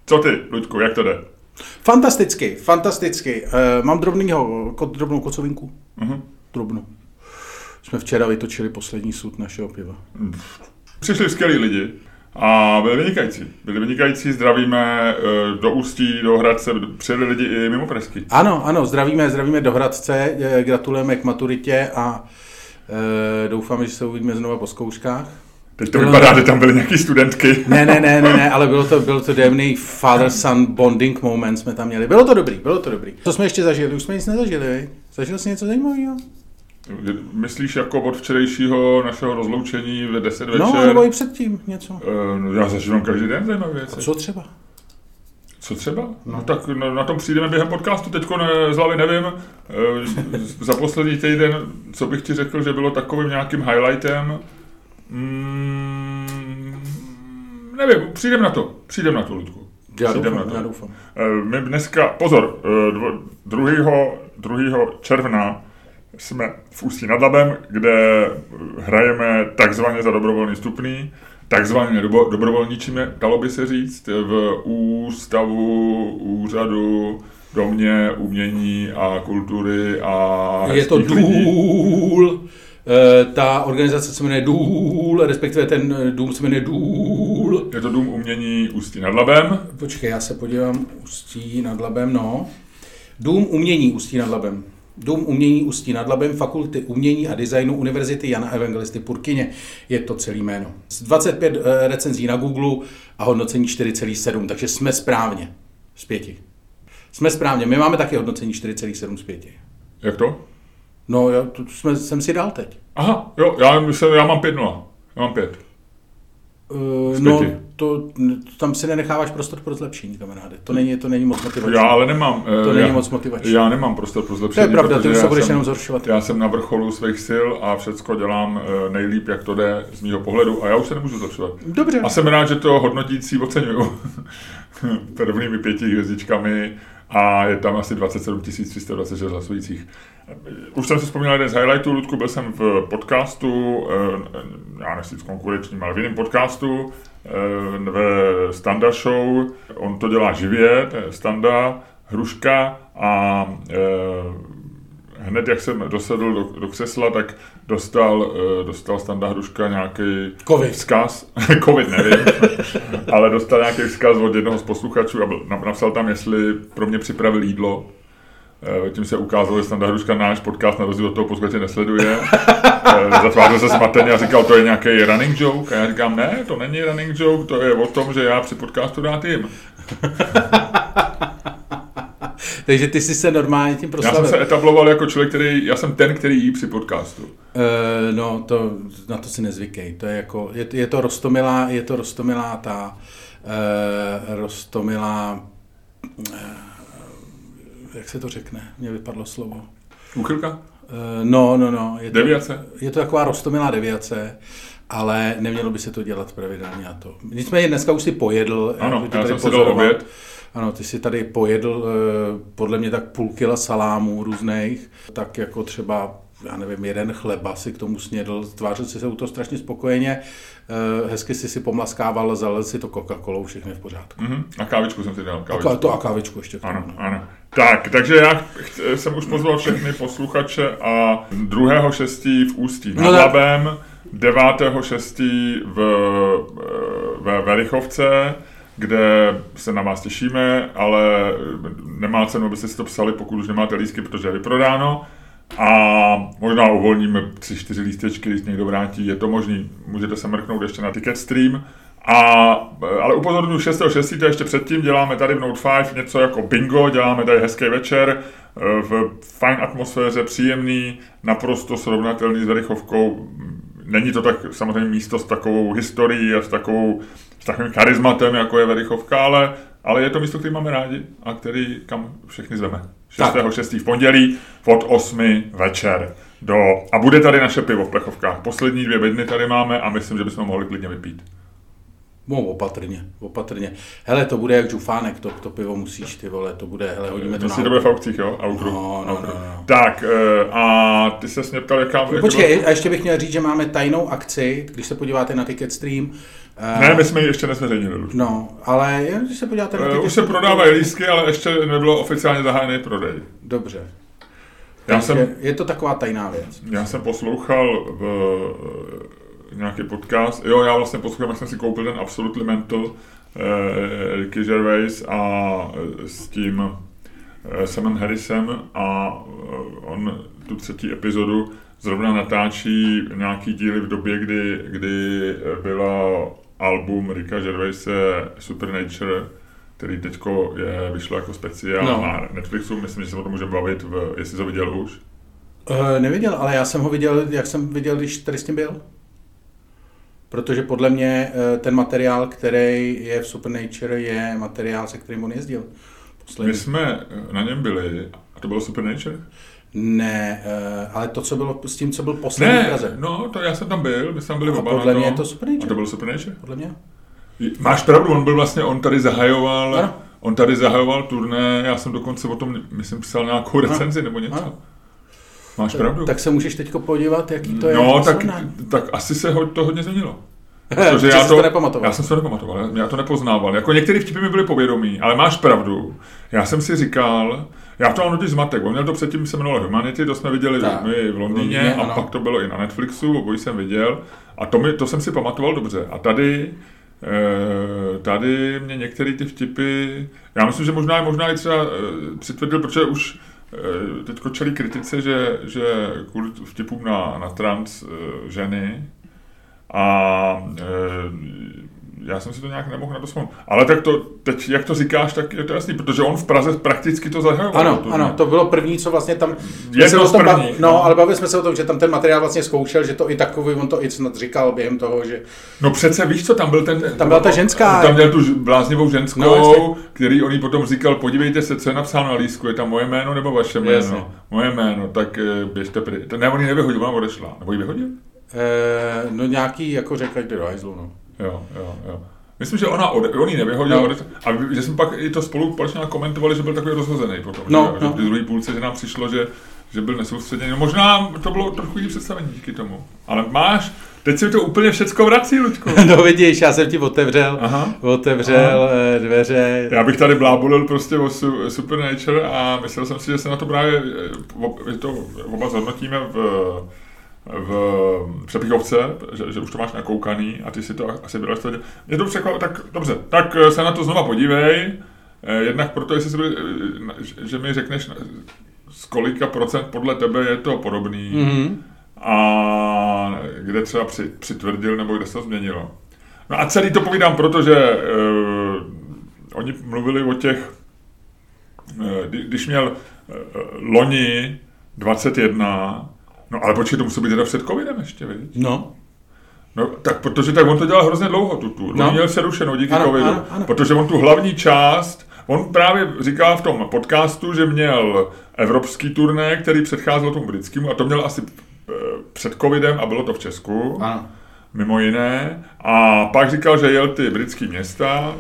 Co ty, Luďku, jak to jde? Fantasticky. Mám drobnou kocovinku. Drobnou. Jsme včera vytočili poslední sud našeho piva. Přišli skvělí lidi a byli vynikající, zdravíme do Ústí, do Hradce, přijeli lidi i mimo Pražsky. Ano, zdravíme do Hradce, gratulujeme k maturitě a doufáme, že se uvidíme znova po zkouškách. Teď to vypadá, že tam byly nějaký studentky. Ne, ale bylo to dávný father-son bonding moment jsme tam měli. Bylo to dobrý. Co jsme ještě zažili? Už jsme nic nezažili, Zažil jsi něco zajímavého? Myslíš jako od včerejšího našeho rozloučení v 10 večer? No, nebo i předtím něco. Já zažívám každý den zajímavé věci. A co třeba? Co třeba? No tak na tom přijdeme během podcastu, teďko z hlavy nevím. Za poslední týden, co bych ti řekl, že bylo takovým nějakým highlightem. Nevím, přijdem na to, Luďku. Já doufám. My dneska, pozor, 2. června jsme v Ústí nad Labem, kde hrajeme takzvaně za dobrovolný vstupný, takzvaně dobrovolničíme, dalo by se říct, v úřadu Domě umění a kultury a je to důl. Ta organizace se jmenuje Důl, respektive ten dům se jmenuje Důl. Je to Dům umění Ústí nad Labem. Počkej, já se podívám, Ústí nad Labem, no. Dům umění Ústí nad Labem. Dům umění Ústí nad Labem, Fakulty umění a designu Univerzity Jana Evangelisty Purkyně. Je to celý jméno. 25 recenzí na Google a hodnocení 4,7, takže jsme správně z 5. Jsme správně, my máme taky hodnocení 4,7 z 5. Jak to? No, jsem si dal teď. Aha, jo, já mám 5,0. Já mám 5. No, tam si nenecháváš prostor pro zlepšení, kamaráde. To není moc motivační. Já ale nemám. Není moc motivační. Já nemám prostor pro zlepšení. To je pravda, ty už se budeš jenom zhoršovat. Já jsem na vrcholu svých sil a všecko dělám nejlíp, jak to jde z mýho pohledu a já už se nemůžu zlepšovat. Dobře. A jsem rád, že to hodnotící oceňuju. Prvnými 5 hvězdičkami a je tam asi 27 326 hlasujících. Už jsem si vzpomněl jeden z highlightů, Ludku, byl jsem v podcastu, já nechci s konkurenčním, ale v jiném podcastu, ve Standa Show, on to dělá živě, to je Standa, Hruška a hned jak jsem dosedl do křesla, tak dostal Standa Hruška nějaký vzkaz, covid nevím, ale dostal nějaký vzkaz od jednoho z posluchačů a napsal tam, jestli pro mě připravil jídlo. Tím se ukázalo, že Standa Hruška náš podcast na rozdíl od toho posluchače nesleduje. Zatvářil se smateně a říkal, to je nějaký running joke. A já říkám, ne, to není running joke, to je o tom, že já při podcastu rád jim. Takže ty jsi se normálně tím proslavil. Já jsem se etabloval jako člověk, já jsem ten, který jí při podcastu. No, na to si nezvykej. To je jako, je to roztomilá ta jak se to řekne? Mně vypadlo slovo. Úchylka? No. Deviace? Je to taková roztomilá deviace, ale nemělo by se to dělat pravidelně a to. Nicméně dneska už si pojedl. Ano, já jsem si dal oběd. Ano, ty si tady pojedl podle mě tak půl kila salámů různých, tak jako třeba, já nevím, jeden chleba si k tomu snědl, tvářil si se u toho strašně spokojeně, hezky si pomlaskával, zalil si to Coca-Colou, všechno je v pořádku. A kávičku jsem si dal. A kávičku ještě. Ano. Takže já jsem už pozval všechny posluchače a 2.6. v Ústí nad Labem, 9.6. ve Verichovce, kde se na vás těšíme, ale nemá cenu, abyste si to psali, pokud už nemáte lístky, protože je vyprodáno. A možná uvolníme 3-4 lístečky, když někdo vrátí, je to možný. Můžete se mrknout ještě na Ticketstream. Ale upozorňuji 6.6. to ještě předtím, děláme tady v Note 5 něco jako bingo, děláme tady hezký večer, v fajn atmosféře, příjemný, naprosto srovnatelný s Verichovkou. Není to tak samozřejmě místo s takovou historií a s takovým charizmatem, jako je Verichovka, ale je to místo, který máme rádi a kam všechny zveme. 6.6. v pondělí od 8 večer. A bude tady naše pivo v plechovkách. Poslední 2 bedny tady máme a myslím, že bychom mohli klidně vypít. No, opatrně. Hele, to bude jak žufánek, to pivo musíš, ty vole, to bude, hele, hodíme to na... To bude v aukcích, jo? Outro. No. Tak, a ty ses mě ptal, jaká... Počkej, a ještě bych měl říct, že máme tajnou akci, když se podíváte na Ticketstream. Ne, my jsme ji ještě nezveřejnili. No, ale když se podíváte na Ticketstream... Už se prodávají lístky, ale ještě nebylo oficiálně zahájený prodej. Dobře. Je to taková tajná věc. Já jsem poslouchal nějaký podcast. Jo, já vlastně poslouchám, jak jsem si koupil ten Absolutely Mental Ricky Gervais a s tím Samem Harrisem a on tu 3. epizodu zrovna natáčí nějaký díly v době, kdy bylo album Ricka Gervaise Supernature, který teďko vyšlo jako speciál na Netflixu. Myslím, že se o tom můžeme bavit, jestli jsi ho viděl už. Neviděl, ale já jsem ho viděl, jak jsem viděl, když tady s tím byl. Protože podle mě ten materiál, který je v Supernature, je materiál, se kterým on jezdil. My jsme na něm byli, a to bylo Supernature? Ne, ale to, co bylo s tím, co byl poslední v Praze. No, to já jsem tam byl, my jsme tam byli oba. Podle mě je to Supernature. A to byl Supernature? Podle mě. Máš pravdu, on tady zahajoval turné, já jsem dokonce o tom, myslím, psal nějakou recenzi nebo něco. Máš pravdu. Tak se můžeš teďko podívat, jaký to je. No, tak asi se to hodně změnilo. Protože já jsem to nepamatoval, já to nepoznával. Jako některé vtipy mi byly povědomí, ale máš pravdu. Já jsem si říkal, já to mám totiž zmatek, on měl to předtím, se jmenovalo Humanity, to jsme viděli my v Londýně a pak to bylo i na Netflixu, obojí jsem viděl a to jsem si pamatoval dobře. A tady mě některé ty vtipy, já myslím, že možná i třeba přitvrdil, protože už teďko čelí kritice, že kvůli vtipům na trans ženy a já jsem si to nějak nemohl na to vzpomenout. Ale tak to, teď, jak to říkáš, tak je to jasný, protože on v Praze prakticky to zahajoval. Ano, to bylo první, co vlastně tam... Ale bavili jsme se o tom, že tam ten materiál vlastně zkoušel, že to i takový, on to i snad říkal během toho, že... No přece víš co, tam byla ta ženská. Tam měl tu bláznivou ženskou, který on jí potom říkal, podívejte se, co je napsáno na lístku, je tam moje jméno nebo vaše jméno? Jasně. Moje jméno, tak běžte pryč. Ne, on ji nevyhodil, ona odešla. Nebo ji vyhodil? No nějaký, jako řekl, jde do hajzlu, no. Jo. Myslím, že on ji nevyhodil, a že jsme pak i to spolu komentovali, že byl takový rozhozený potom, že v druhé půlce, že nám přišlo, že byl nesoustředěný. No možná to bylo trochu jiný představení díky tomu. Ale teď se mi to úplně všecko vrací, Luďku. No vidíš, já jsem ti otevřel dveře. Já bych tady blábolil prostě o Supernature a myslel jsem si, že se na to právě, oba zhodnotíme v Přepichovce, že už to máš nakoukaný a ty si to asi byl. Mě to překvapilo, tak dobře, tak se na to znova podívej, jednak proto, že mi řekneš, z kolika procent podle tebe je to podobný a kde třeba přitvrdil nebo kde se to změnilo. No a celý to povídám, protože oni mluvili o těch, když měl loni 21, no ale počkej, to musí být teda před covidem ještě, víš? No, tak protože tak on to dělal hrozně dlouho, tu tour. On měl přerušenou díky covidu. Ano. Protože on tu hlavní část, on právě říkal v tom podcastu, že měl evropský turné, který předcházel tomu britskému a to měl asi před covidem a bylo to v Česku. Ano. Mimo jiné. A pak říkal, že jel ty britský města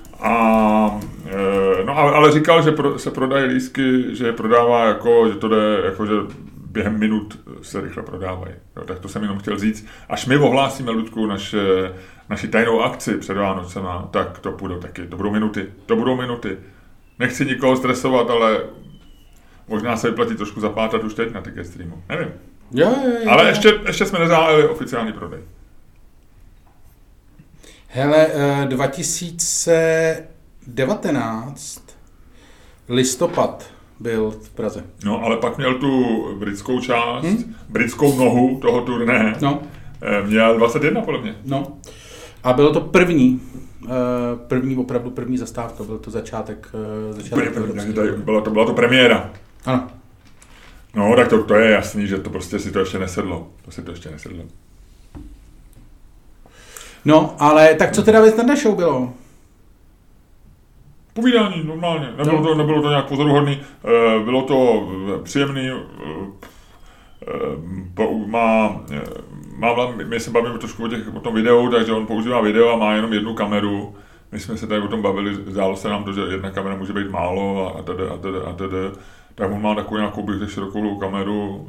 ale říkal, že se prodají lístky, že je prodává že to jde, že během minut se rychle prodávají. Tak to jsem jenom chtěl říct. Až my ohlásíme, Luďku, naši tajnou akci před Vánocema, tak to půjdou taky. To budou minuty. Nechci nikoho stresovat, ale možná se vyplatí trošku zapátrat už teď na Ticketstreamu. Nevím. Jo. Ale ještě jsme nezahájili oficiální prodej. Hele, 2019 listopad byl v Praze. No, ale pak měl tu britskou část, britskou nohu toho turné. No. Měl 21 podle mě. No. A bylo to opravdu první zastávka, byl to začátek. Byla to premiéra. Ano. No, tak to je jasný, že to prostě si to ještě nesedlo. No, ale tak co teda ve Standa Show bylo? Povídání, normálně. Nebylo to nějak pozoruhodný. Bylo to příjemný. my se bavíme trošku o tom videu, takže on používá video a má jenom jednu kameru. My jsme se tady o tom bavili, zdálo se nám to, že jedna kamera může být málo a tedy. Tak on má takovou nějakou širokou kameru.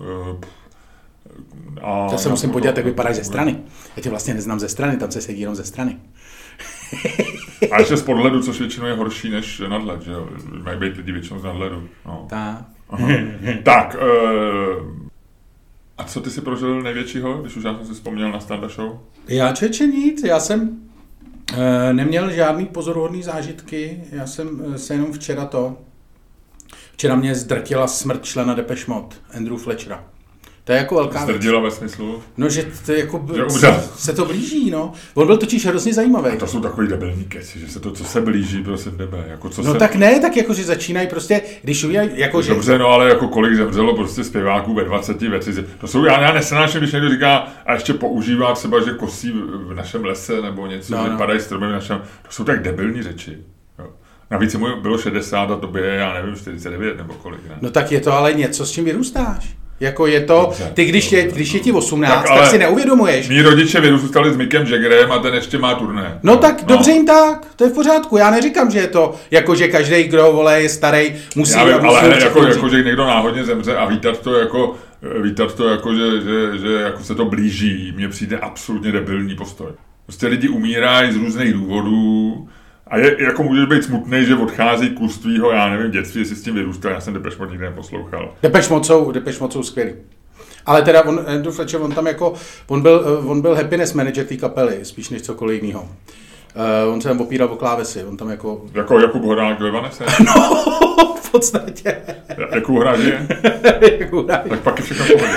To se musím podívat, jak vypadáš ze strany. Já tě vlastně neznám ze strany, tam se sedí jenom ze strany. A ještě z podhledu, což většinou je horší než nadhled, že jo? Mají být lidi většinou z nadhledu. No. Tak, a co ty si prožil největšího, když už já jsem si vzpomněl na Standa Show? Já čeče nic, já jsem neměl žádný pozoruhodný zážitky, já jsem se jenom včera mě zdrtila smrt člena Depeche Mode, Andrew Fletchera. To je jako velká věc. Zdrdila ve smyslu? No, že to jako se to blíží, no. On byl totiž hrozně zajímavý. A to jsou takový debilní keci, že se to, co se blíží, prostě nebe. Jako co no se... tak ne, tak jako, že začínají prostě, když udělají, jako že... Dobře, no ale jako kolik zemřelo prostě zpěváků ve 20, ve 30. To jsou, já nesnáším, když někdo říká a ještě používá třeba, že kosí v našem lese nebo něco, že padají stromy v našem, to jsou tak debilní řeči. Jo. Navíc mu bylo 60 a tobě, já nevím, 49 nebo kolik, ne? No tak je to ale něco, s čím vyrůstáš. Jako je to, ty když je ti 18, tak si neuvědomuješ. Mí rodiče vyrůstali s Mickem Jaggerem a ten ještě má turné. No tak dobře jim tak, to je v pořádku. Já neříkám, že je to, jako že každý, kdo vole je starý, musí... Já vím, ale jako že někdo náhodně zemře a vítat to jako, že jako se to blíží, mně přijde absolutně debilní postoj. Prostě lidi umírají z různých důvodů a jako můžeš být smutný, že odchází kus tvýho, já nevím, dětství, jestli s tím vyrůstal, já jsem Depeche Mode nikdy neposlouchal. Depeche Mode jsou skvělý. Ale teda Andrew Fletcher, on byl happiness manager té kapely, spíš než cokoliv jiného. On se tam opíral o klávesy, on tam jako... Jako Jakub Horák ve Vanese? No, v podstatě. Jakub Horák je? Tak pak je všechno v pohodě.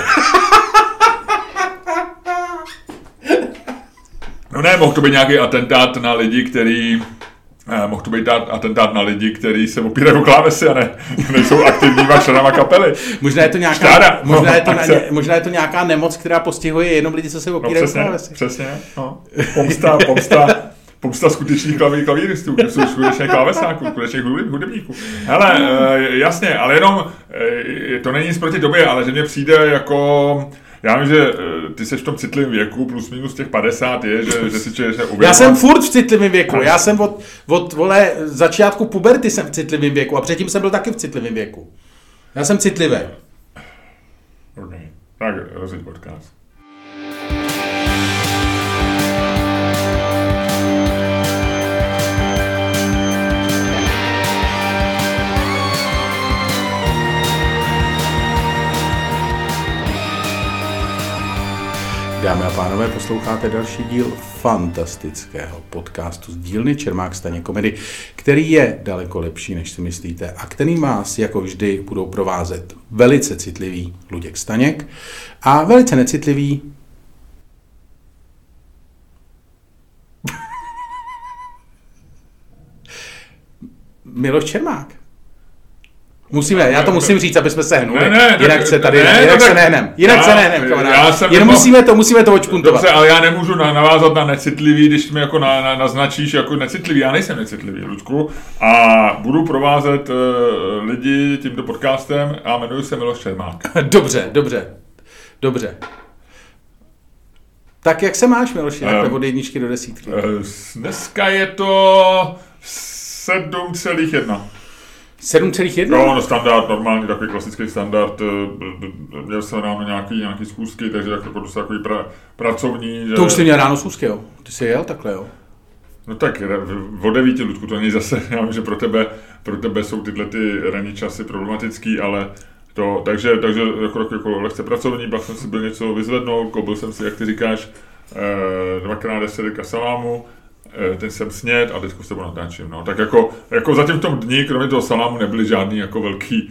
No ne, mohl to být nějaký atentát na lidi, kteří se opírají o klávesy a nejsou aktivníma členama kapely. Možná je to nějaká nemoc, která postihuje jenom lidi, co se opírají o klávesy. Přesně, no. Pomsta skutečných klavíristů, kteří jsou skutečně klávesáků, skutečných hudebníků. Hele, jasně, ale jenom, to není nic proti tobě, ale že mně přijde jako... Já vím, že ty seš v tom citlivém věku, plus minus těch 50 je, že si člověk uvědomovat. Já jsem furt v citlivém věku, já jsem od začátku puberty jsem v citlivém věku a předtím jsem byl taky v citlivém věku. Já jsem citlivý. Okay. Tak, rozjeď podcast. Dámy a pánové, posloucháte další díl fantastického podcastu z dílny Čermák Staněk Komedy, který je daleko lepší, než si myslíte a který vás, jako vždy, budou provázet velice citlivý Luděk Staněk a velice necitlivý Miloš Čermák. Já to musím říct, aby jsme se hnuli. Jinak se nehnem, kamarád. Musíme to očpuntovat. Dobře, ale já nemůžu navázat na necitlivý, když mi jako naznačíš jako necitlivý. Já nejsem necitlivý, Ludku. A budu provázet lidi tímto podcastem a jmenuji se Miloš Čermák. Dobře. Tak jak se máš, Miloši, od 1 do 10? Dneska je to 7,1. 7,1? No, standard, normální, takový klasický standard. Měl jsem ráno nějaký schůzky, takže takový pracovní. Že... To už jsi měl ráno schůzky, jo? Ty jsi jel takhle, jo? No tak, o 9, Ludku, to není zase, já vím, že pro tebe jsou tyhle ty ranní časy problematický, ale to, takže jako lehce pracovní, pak jsem si byl něco vyzvednout, koupil jsem si, jak ty říkáš, 2x10 salámu, ten jsem sněd a teďko s tebou natáčím. No. Tak jako zatím v tom dni, kromě toho salámu, nebyly žádný jako velký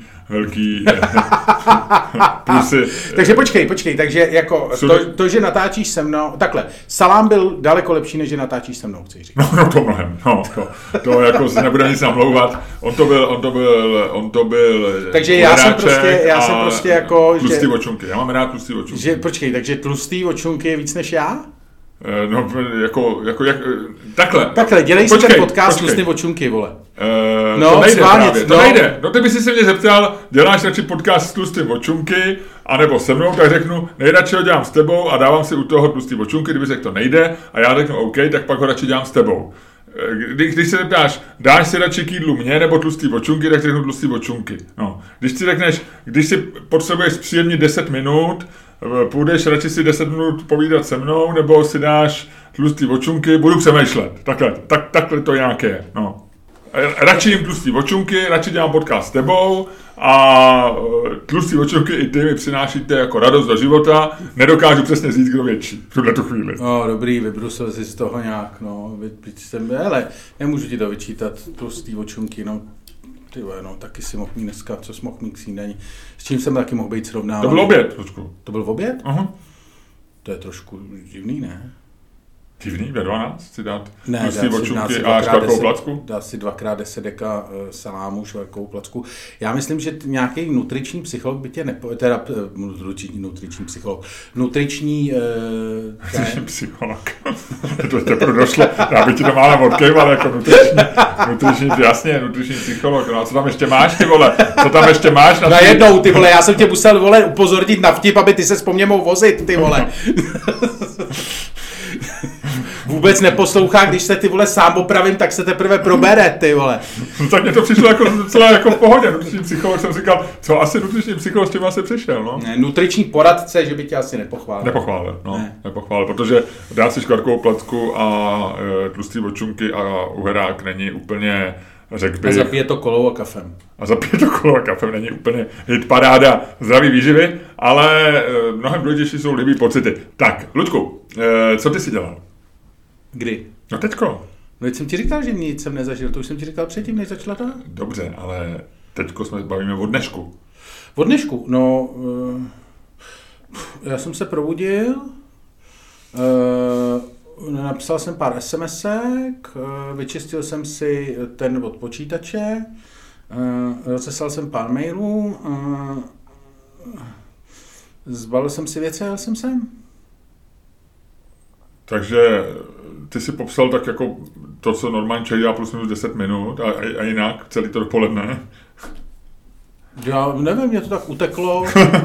plusy. Takže počkej, takže jako to, že natáčíš se mnou, takhle, salám byl daleko lepší, než že natáčíš se mnou, chci říct. No to mnohem, to jako se nebude nic namlouvat, on to byl takže já jsem prostě jako, tlustý očunky, já mám rád tlustý očunky. Počkej, takže tlustý očunky je víc než já? No, takhle. Takhle, dělej si ten podcast Tlustý vočunky, vole. To nejde právě, to nejde. No ty by si se mě zeptal, děláš radši podcast Tlustý vočunky, anebo se mnou, tak řeknu, nejradši ho dělám s tebou a dávám si u toho Tlustý vočunky, kdyby řekl to nejde a já řeknu OK, tak pak ho radši dělám s tebou. Když se zeptáš, dáš si radši k jídlu mě nebo tlustý vočunky, tak řeknu tlustý vočunky. No. Když si řekneš, když si potřebuješ příjemně 10 minut, půjdeš radši si 10 minut povídat se mnou, nebo si dáš tlustý vočunky, budu přemýšlet. Takhle to nějaké. No. Radši jim tlustý vočunky, radši dělám podcast s tebou a tlustý vočunky i ty mi přinášíte jako radost do života. Nedokážu přesně říct, kdo větší v tuhle tu chvíli. No dobrý, vybrusil jsi z toho nějak, no. Ale nemůžu ti to vyčítat, tlustý vočunky, no. Ty vole, no, taky si mohl mít dneska, co jsi mohl mít k snídani. S čím jsem taky mohl být srovnávat? To byl oběd, trošku. To byl oběd? Aha. To je trošku divný, ne? Divný, ve 12 si dát ne, vočunky a škvarkovou placku? Dá si 2x10 deka salámu, škvarkovou placku. Já myslím, že nějaký nutriční psycholog by tě nutriční psycholog. Nutriční psycholog. To teprve došlo. Já bych ti to málem odkejval jako nutriční, jasně, nutriční psycholog. No a co tam ještě máš, ty vole? Co tam ještě máš? Najednou, ty vole, já jsem tě musel, vole, upozornit na vtip, aby ty se po mně mohl vozit, ty vole. Vůbec neposlouchá, když se ty vole sám opravím, tak se teprve probere, ty vole. No tak mně to přišlo jako celé jako v pohodě. Nutriční psycholog jsem říkal, co asi nutriční psycholog s tím asi přišel, no. Ne, nutriční poradce, že by tě asi nepochválil. Nepochválil, protože dát si škvarkovou placku a tlustý vočunky a uherák není úplně, řekl bych. A zapije to kolou a kafem. Není úplně hit paráda zdraví výživy, ale mnohem důležitější jsou libý pocity. Tak, Luďku, co ty si dělal? Kdy? No teďko. No teď jsem ti říkal, že nic jsem nezažil, to už jsem ti říkal předtím, než začala ta. Dobře, ale teďko jsme bavíme o dnešku. O dnešku? No, já jsem se probudil, napsal jsem pár SMSek, vyčistil jsem si ten od počítače, rozeslal jsem pár mailů, zbalil jsem si věci a jel jsem sem. Takže ty si popsal tak jako to, co normálně člověk dělá plus minus 10 minut a jinak celý to dopoledne. Já nevím, mě to tak uteklo.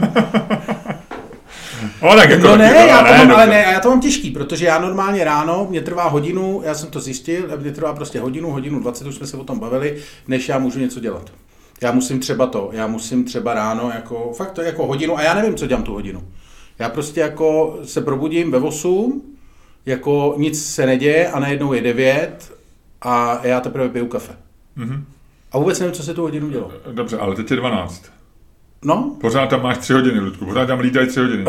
Já to mám těžký, protože já normálně ráno, mě trvá hodinu, já jsem to zjistil, mě trvá prostě hodinu 20, už jsme se o tom bavili, než já můžu něco dělat. Já musím třeba ráno, jako, fakt to jako hodinu, a já nevím, co dělám tu hodinu. Já prostě jako se probudím ve 8, jako nic se neděje a najednou je 9 a já teprve piju kafe. Mm-hmm. A vůbec nevím, co se tu hodinu dělo. Dobře, ale teď je 12. No? Pořád tam máš 3 hodiny, Ludku. Pořád tam lítají 3 hodiny.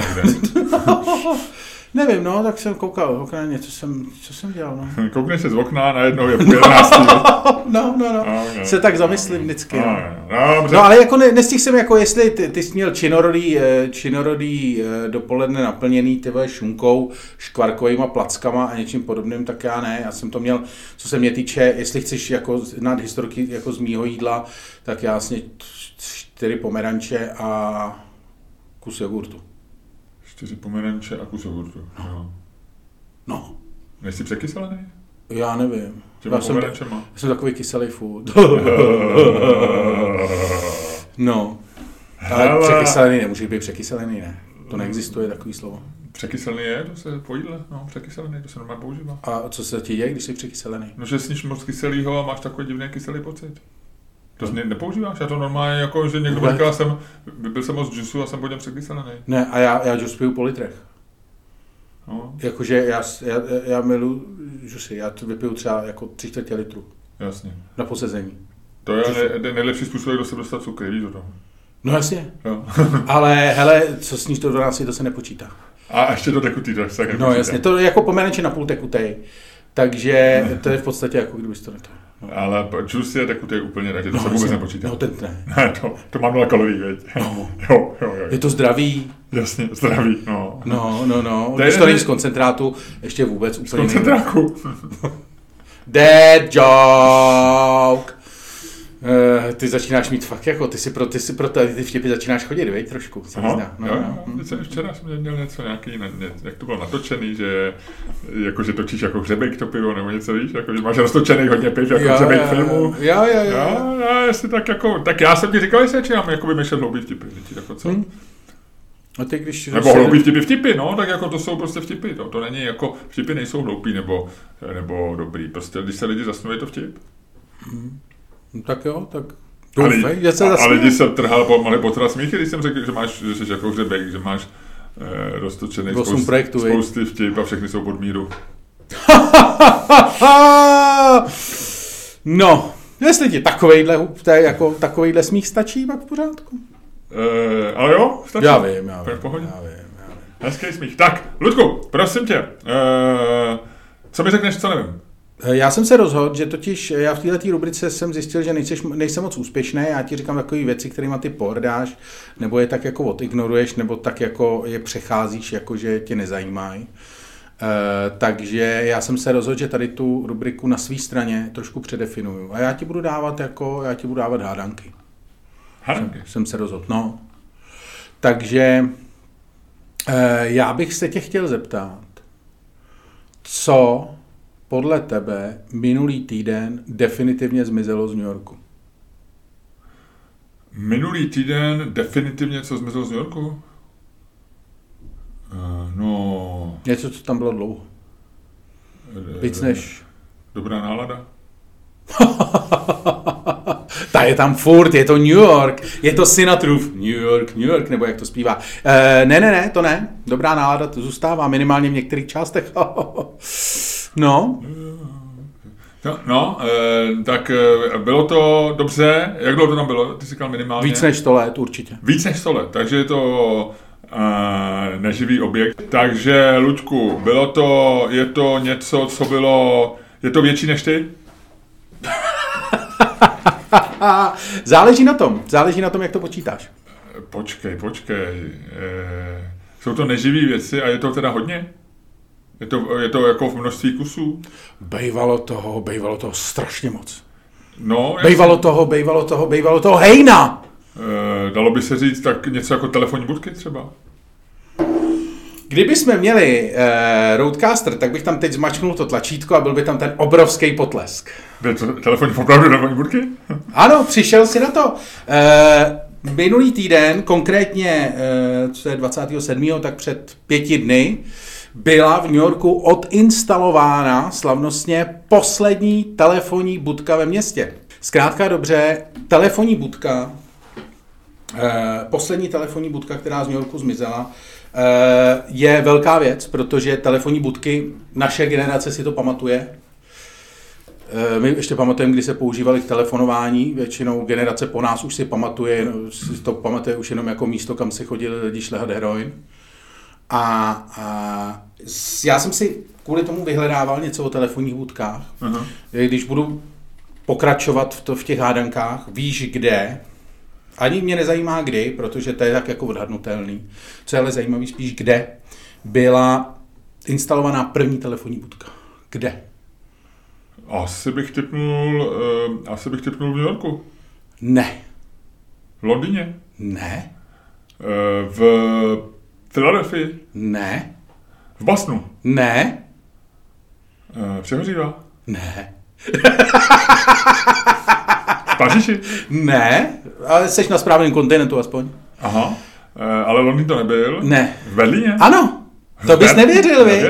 Nevím, no, tak jsem koukal v okně, co jsem dělal, no. Koukneš se z okna a najednou je 11. No. Se tak zamyslím vždycky, no. Dobře. No, ale jako nestihl jsem, jako jestli ty jsi měl činorodý dopoledne naplněný tyhle šunkou, škvarkovýma plackama a něčím podobným, tak já ne. Já jsem to měl, co se mě týče, jestli chceš jako znát historky jako z mýho jídla, tak já vlastně 4 pomeranče a kus jogurtu. 4 pomeranče a kus jogurtu. No. Nejsi překyselený? Já nevím. Já jsem takový kyselý food. No. Ale překyselený nemůže být překyselený, ne. To neexistuje takový slovo. Překyselený je, to se po jídle, no, překyselený, to se normálně používá. A co se ti děje, když jsi překyselený? No, že sníš moc kyselýho a máš takový divný kyselý pocit. To nepoužíváš? Já to normálně, jako, že někdo říkal, byl jsem moc džusu a jsem po něm překyselený. Ne, a já džus piju po litrech. No. Jakože já miluji džusy, já to vypiju třeba jako 3/4 litru. Jasně. Na posezení. To je nejlepší způsob, jak do sebe dostat cukry, víš o tom? No jasně. Jo. Ale hele, co sníš to 12, to se nepočítá. A ještě to tekutý, to se nepočítá. No jasně, to je jako pomeranče na půl tekutej. Takže to je v podstatě jako kdybys to neto. No. Ale džus je tekutý úplně, takže to se vůbec nepočítá. No ten ne. Ne, to má 0 kalorií, veď. No. Jo. Je to zdravý. Jasně, zdravý, no. No. Když to není z koncentrátu, ještě vůbec úplně z koncentráku. Dead joke. Ty začínáš mít fakt jako, ty pro ty vtipy začínáš chodit, veď, trošku. Včera jsem měl něco nějaký, jak to bylo natočený, že jakože točíš jako hřebejk to pivo, nebo něco víš, jako, že máš roztočený hodně piv, jako hřebejk filmu. Jo. Jestli tak jako, tak já jsem ti říkal, jestli začínám jako vymýšlet hloubý vtipy, jako co? A ty, když nebo hloupý vtipy, no, tak jako to jsou prostě vtipy, to není jako, vtipy nejsou hloupý nebo dobrý, prostě když se lidi zasnou, je to vtip. Tak jo, tak a lidi se trhal po teda smíchy, když jsem řekl, že jsi jako hřebejk, že máš roztočený spousty vtip a všechny jsou pod míru. No, jestli ti takovejhle smích stačí, pak v pořádku. Ale jo, stačí. Já vím. V pohodě. Hezký smích. Tak, Ludku, prosím tě, co mi řekneš, co nevím? Já jsem se rozhodl, že totiž já v této rubrice jsem zjistil, že nejsem moc úspěšný, já ti říkám takové věci, kterýma ty pohrdáš, nebo je tak jako odignoruješ, nebo tak jako je přecházíš, jako že tě nezajímají. Takže já jsem se rozhodl, že tady tu rubriku na své straně trošku předefinuju. A já ti budu dávat hádanky. Hádanky? Jsem se rozhodl, no. Takže já bych se tě chtěl zeptat, co podle tebe minulý týden definitivně zmizelo z New Yorku? Minulý týden definitivně co zmizelo z New Yorku? No... Něco, co tam bylo dlouho. Víc než... Dobrá nálada. Ta je tam furt, je to New York, je to Sinatrův New York, nebo jak to zpívá. Ne, to ne. Dobrá nálada to zůstává, minimálně v některých částech. No. Tak bylo to dobře. Jak dlouho to tam bylo? Ty jsi říkal minimálně? Víc než 100 let, určitě. Víc než 100 let, takže je to neživý objekt. Takže, Luďku, je to něco, co bylo... Je to větší než ty? Záleží na tom, jak to počítáš. Počkej. Jsou to neživý věci a je to teda hodně? Je to jako v množství kusů? Bejvalo toho strašně moc. No, Bejvalo toho hejna! Dalo by se říct tak něco jako telefonní budky třeba? Kdybychom měli Roadcaster, tak bych tam teď zmačknul to tlačítko a byl by tam ten obrovský potlesk. Telefonní budky? Ano, přišel si na to. Minulý týden, konkrétně co je 27. tak před 5 dny, byla v New Yorku odinstalována slavnostně poslední telefonní budka ve městě. Zkrátka dobře, poslední telefonní budka, která z New Yorku zmizela, je velká věc, protože telefonní budky, naše generace si to pamatuje. My ještě pamatujeme, kdy se používaly k telefonování, většinou generace po nás už si to pamatuje už jenom jako místo, kam si chodili lidi šlehat heroin. A já jsem si kvůli tomu vyhledával něco o telefonních budkách. Uh-huh. Když budu pokračovat v těch hádankách, víš kde, ani mě nezajímá kdy, protože to je tak jako odhadnutelný. Co je ale zajímavý spíš kde byla instalovaná první telefonní budka. Kde? Asi bych tipnul v New Yorku. Ne. V Londýně? Ne. V Philadelphii? Ne. V Bostonu? Ne. Přehořívá? Ne. V Paříži? Ne, ale jsi na správném kontinentu aspoň. Aha, ale Londýn to nebyl? Ne. V Berlíně? Ano, to bys nevěřil, vy?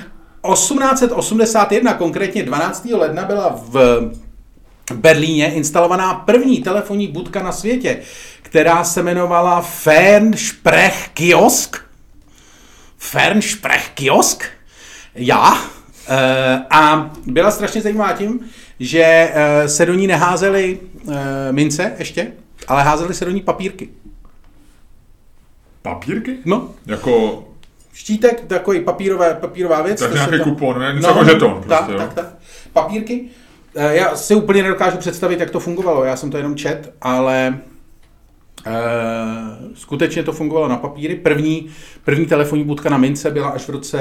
1881, konkrétně 12. ledna, byla v Berlíně instalovaná první telefonní budka na světě, která se jmenovala Fernsprechkiosk. Fernsprechkiosk? Já. A byla strašně zajímavá tím, že se do ní neházely mince ještě, ale házely se do ní papírky. Papírky? No. Jako... Štítek, takový papírová věc. Tak nějaký kupon, ne? Něco jako žeton. Prostě, tak. Papírky. Já si úplně nedokážu představit, jak to fungovalo. Já jsem to jenom čet, ale skutečně to fungovalo na papíry. První telefonní budka na mince byla až v roce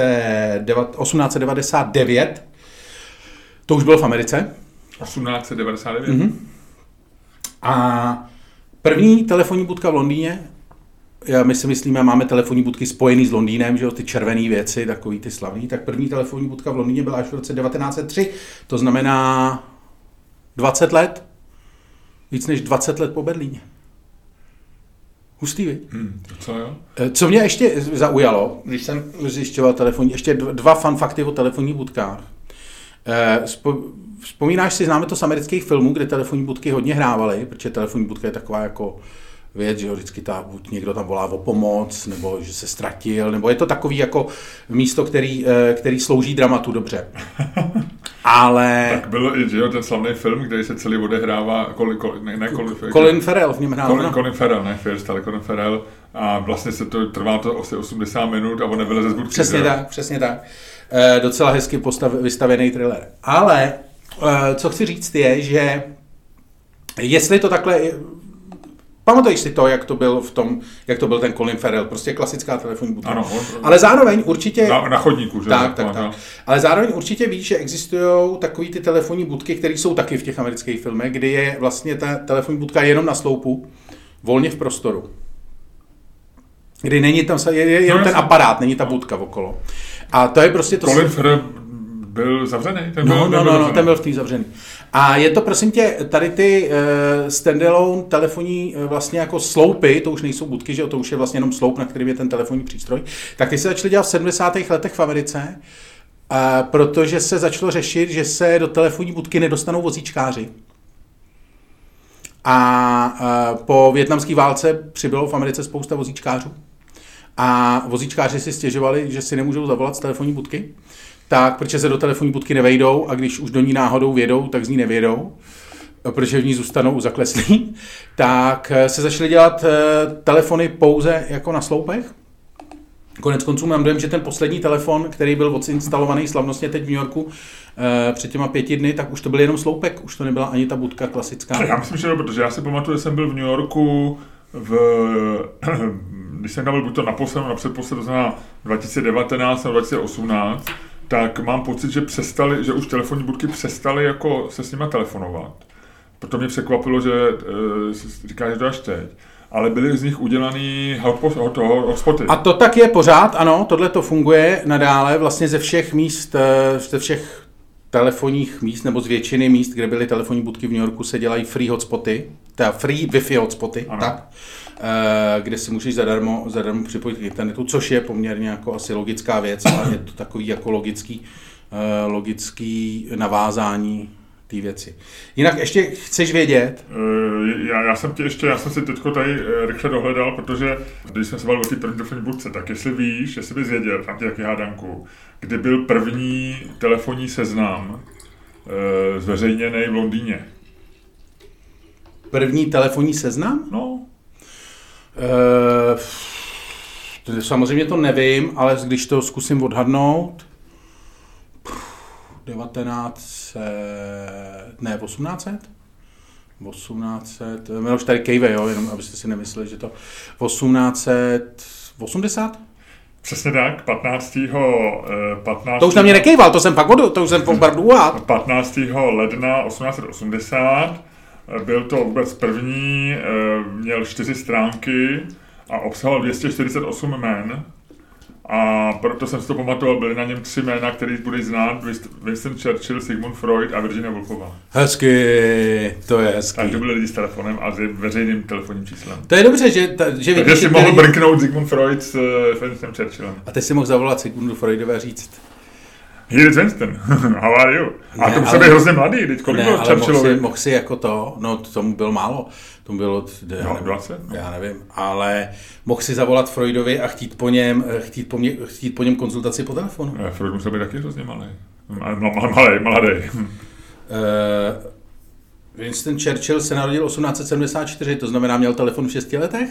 1899. To už bylo v Americe. 1899? A první telefonní budka v Londýně, my si myslíme, máme telefonní budky spojený s Londýnem, že jo, ty červené věci, takový ty slavný, tak první telefonní budka v Londýně byla až v roce 1903, to znamená 20 let, víc než 20 let po Berlíně. Hustý, viď? Co jo? Co mě ještě zaujalo, když jsem zjišťoval telefonní, ještě dva fun fakty o telefonních budkách. Vzpomínáš si, známe to z amerických filmů, kde telefonní budky hodně hrávaly, protože telefonní budka je taková jako věc, že vždycky buď někdo tam volá o pomoc, nebo že se ztratil, nebo je to takový jako místo, který slouží dramatu dobře. Ale... Tak byl i, že jo, ten slavný film, kde se celý odehrává Colin Farrell v něm hrál. Colin Farrell, ne First, ale Colin Farrell. A vlastně trvá to asi 80 minut a on nevyleze z budky. Přesně tak. Docela hezky vystavený thriller. Ale co chci říct je, že jestli to takhle... Pamatuješ si to, jak to byl ten Colin Farrell, prostě klasická telefonní budka. Ano, ale zároveň určitě... Na chodníku, že? Tak. Ale zároveň určitě víš, že existují takový ty telefonní budky, které jsou taky v těch amerických filmech, kdy je vlastně ta telefonní budka jenom na sloupu, volně v prostoru. Kdy není tam, je jenom ten aparát, není ta budka okolo. A to je prostě to... Colin Farrell byl zavřený? Ten byl v té zavřený. A je to, prosím tě, tady ty standalone telefonní vlastně jako sloupy, to už nejsou budky, že to už je vlastně jenom sloup, na kterým je ten telefonní přístroj, tak ty se začaly dělat v 70. letech v Americe, protože se začalo řešit, že se do telefonní budky nedostanou vozíčkáři. A po vietnamské válce přibylo v Americe spousta vozíčkářů. A vozíčkáři si stěžovali, že si nemůžou zavolat z telefonní budky, tak protože se do telefonní budky nevejdou a když už do ní náhodou vědou, tak z ní nevědou, protože v ní zůstanou zakleslí, tak se začaly dělat telefony pouze jako na sloupech. Konec konců mám dojem, že ten poslední telefon, který byl odinstalovaný slavnostně teď v New Yorku před těma 5 dny, tak už to byl jenom sloupek, už to nebyla ani ta budka klasická. Já myslím, že jo, protože já si pamatuju, že jsem byl v New Yorku když jsem tam byl buď to naposled, předposled, to znamená 2019 nebo 2018, tak mám pocit, že už telefonní budky přestaly jako se s nima telefonovat. Proto mě překvapilo, že říká, že to až teď. Ale byly z nich udělaný hotspoty. A to tak je pořád, ano, tohle to funguje nadále vlastně ze všech míst, ze všech telefonních míst nebo z většiny míst, kde byly telefonní budky v New Yorku, se dělají free hotspoty, teda free Wi-Fi hotspoty, tak, kde si můžeš zadarmo připojit k internetu, což je poměrně jako asi logická věc, ale je to takový jako logický navázání té věci. Jinak ještě chceš vědět? Já jsem si teďko tady rychle dohledal, protože když jsme se bavili o té první telefonní budce, tak jestli víš, jestli bys věděl, tam tě taky hádanku, kdy byl první telefonní seznam zveřejněný v Londýně. První telefonní seznam? No. Samozřejmě to nevím, ale když to zkusím odhadnout, 1800, už tady kejve, jo, jenom abyste si nemysleli, že to 1880? Přesně tak, 15. To už na mě nekejval, to jsem opravdu uhad. 15. ledna 1880 byl to vůbec první, měl 4 stránky a obsahoval 248 jmen. A proto jsem si to pamatoval, byly na něm 3 jména, který budeš znát, Winston Churchill, Sigmund Freud a Virginia Woolfová. Hezky, to je hezky. Tak to byly lidi s telefonem a s veřejným telefonním číslem. To je dobře, že takže si mohl brnknout Sigmund Freud s Winstonem Churchillem. A ty si mohl zavolat Sigmundu Freudovi a říct. Here is Winston, how are you? A to musel být hrozně mladý, teď kolik bylo Churchillovi? Mohl si jako to, no tomu bylo málo. Tomu bylo 20? Já nevím, ale mohl si zavolat Freudovi a chtít po něm konzultaci po telefonu. Freud musel být taky hrozně malý. Mladý. Winston Churchill se narodil 1874, to znamená měl telefon v 6 letech.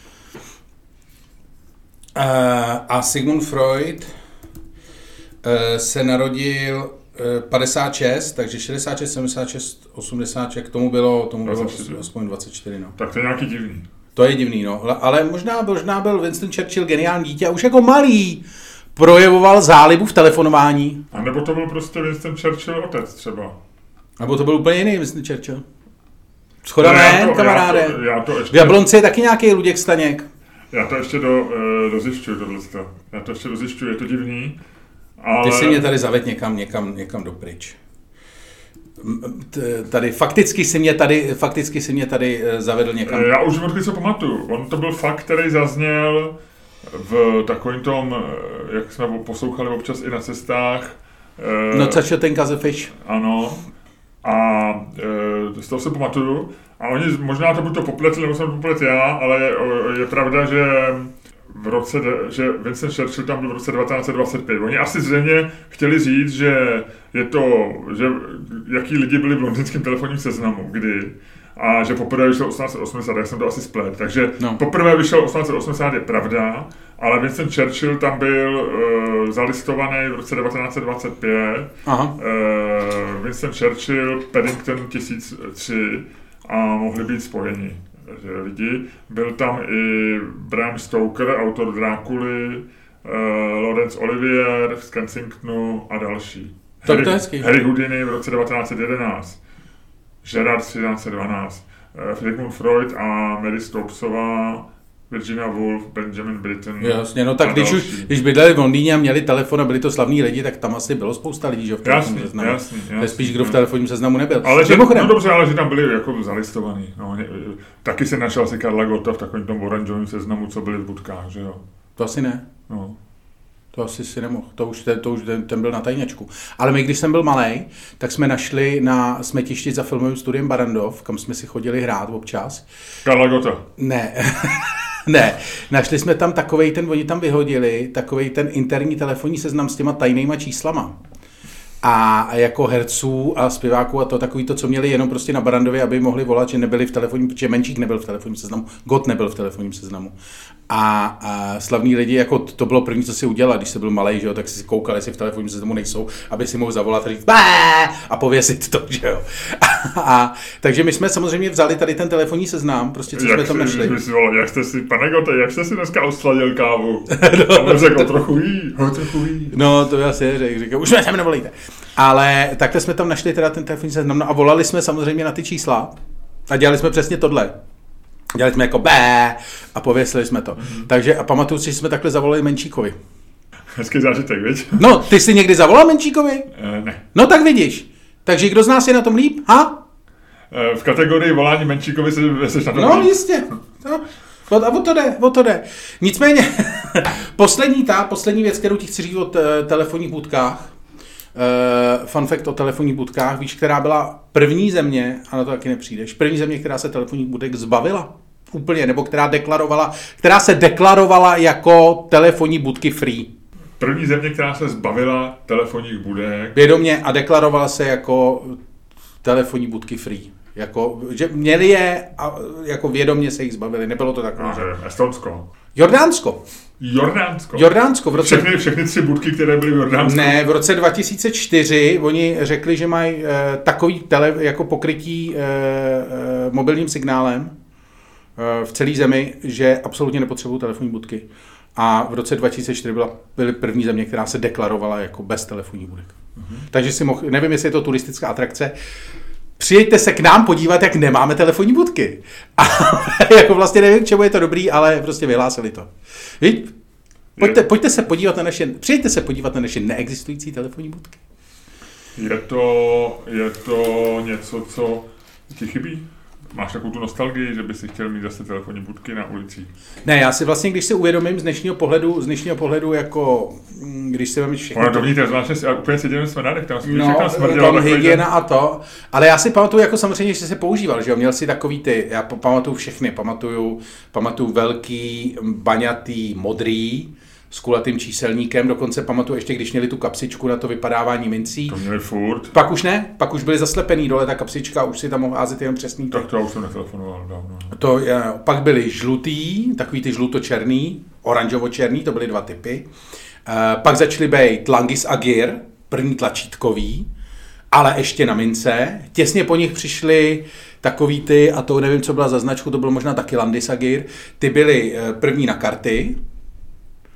A Sigmund Freud se narodil 56, takže 66, 76, 80, k tomu bylo aspoň 24. No. Tak to je nějaký divný. To je divný, no. Ale možná byl Winston Churchill geniální dítě a už jako malý projevoval zálibu v telefonování. A nebo to byl prostě Winston Churchill otec třeba. Nebo to byl úplně jiný Winston Churchill. Schoda ne, kamaráde. V Jablonci je taky nějaký Luděk Staněk. Já to ještě dozjišťuju tohleto. Já to ještě dozjišťuju, je to divný. Ale... Ty si mě tady zaved někam dopryč. Tady, fakticky si mě tady zavedl někam. Já už od co pamatuju. On to byl fakt, který zazněl v takovým tom, jak jsme poslouchali občas i na cestách. No, ten Kazefiš. Ano. A z toho se pamatuju. A oni možná to buď to popletli, nebo jsem to poplet já, ale je pravda, že že Winston Churchill tam byl v roce 1925. Oni asi zřejmě chtěli říct, že jaký lidi byli v londýnském telefonním seznamu, kdy, a že poprvé vyšel 1880, jak jsem to asi splet. Takže poprvé vyšel 1880 je pravda, ale Winston Churchill tam byl zalistovaný v roce 1925. Winston Churchill, Paddington 1003 a mohli být spojeni. Lidi. Byl tam i Bram Stoker, autor Drákuly, Laurence Olivier z Kensingtonu a další. Harry Houdini v roce 1911, Gerard 1312, Sigmund Freud a Mary Stopesová, Virginia Woolf, Benjamin Britten. Jasně, no tak když bydleli v Londýně a měli telefon a byli to slavní lidi, tak tam asi bylo spousta lidí, že v telefonním seznamu. Jasný. To je spíš, kdo v telefonním seznamu nebyl. Ale dobře, ale že tam byli jako zalistovaní. No, taky se našel si Karla Gotta v takovém tom oranžovém seznamu, co byli v budkách, že jo? To asi ne. No. To asi si nemohl. To už ten byl na tajňačku. Ale my, když jsem byl malej, tak jsme našli na smetišti za filmovým studiem Barrandov, kam jsme si chodili hrát občas. Karla Gotta. Ne. Ne, našli jsme tam oni tam vyhodili takovej ten interní telefonní seznam s těma tajnýma číslama. A jako herců a zpěváků a to takový to, co měli jenom prostě na Barrandově, aby mohli volat, že nebyli v telefonním, protože Menšík nebyl v telefonním seznamu, Gott nebyl v telefonním seznamu. A slavní lidi, jako to bylo první, co si udělal, když jsi byl malej, že jo, tak si koukali, jestli v telefonním seznamu nejsou, aby si mohl zavolat a říct a pověsit to, že jo. Takže my jsme samozřejmě vzali tady ten telefonní seznam, prostě co jsme tam našli. Jak jste si, pane Gotte, jak jste si dneska osladil kávu? A řekl, trochu ví. No, to já si říkal, už mě sem nevolíte. Ale takhle jsme tam našli teda ten telefonní seznam a volali jsme samozřejmě na ty čísla a dělali jsme přesně tohle. Dělali jsme jako a pověsili jsme to. Takže a pamatuju si, že jsme takhle zavolali Menšíkovi. Hezký zážitek, viď? No, ty jsi někdy zavolal Menšíkovi? Ne. No tak vidíš. Takže kdo z nás je na tom líp? V kategorii volání Menšíkovi jsi na tom líp. No, jistě. No. A o to jde. Nicméně, poslední věc, kterou ti chci říct o telefonních budkách, fun fact o telefonních budkách, víš, která byla první země, a na to taky nepřijdeš, první země, která se telefonních budek zbavila úplně, nebo která se deklarovala jako telefonní budky free. První země, která se zbavila telefonních budek. Vědomě a deklarovala se jako telefonní budky free. Jako, že měli je a jako vědomě se jich zbavili, nebylo to takové. Estonsko. Jordánsko. Všechny tři budky, které byly v Jordánsku. Ne, v roce 2004 oni řekli, že mají takový jako pokrytí mobilním signálem v celé zemi, že absolutně nepotřebují telefonní budky. A v roce 2004 byly první země, která se deklarovala jako bez telefonních budek. Takže si nevím, jestli je to turistická atrakce, přijďte se k nám podívat, jak nemáme telefonní budky. A jako vlastně nevím, k čemu je to dobrý, ale prostě vyhlásili to. Víš? Přijďte se podívat na naše neexistující telefonní budky. Je to něco, co ti chybí? Máš takovou tu nostalgii, že by si chtěl mít zase telefonní budky na ulicích? Ne, já si vlastně, když si uvědomím z dnešního pohledu, jako když si vemíš všechno... Ono dovnitř, zvláště úplně seděli v smradech, tam hygiena a to, ale já si pamatuju, jako samozřejmě, že se používal, že jo, měl si takový já pamatuju všechny, pamatuju velký, baňatý, modrý, s kulatým číselníkem, dokonce pamatuju ještě, když měli tu kapsičku na to vypadávání mincí. To měli furt. Pak už ne, pak už byli zaslepený dole ta kapsička, už si tam mohl házet jenom přesný. Tak to já už jsem netelefonoval dávno. Pak byli žlutý, takový ty žlutočerný, oranžovo-černý, to byly dva typy. Pak začaly být Langis a Gir, první tlačítkový, ale ještě na mince. Těsně po nich přišly takový ty, a to nevím, co byla za značku, to bylo možná taky Landis a Gir, ty byly první na karty.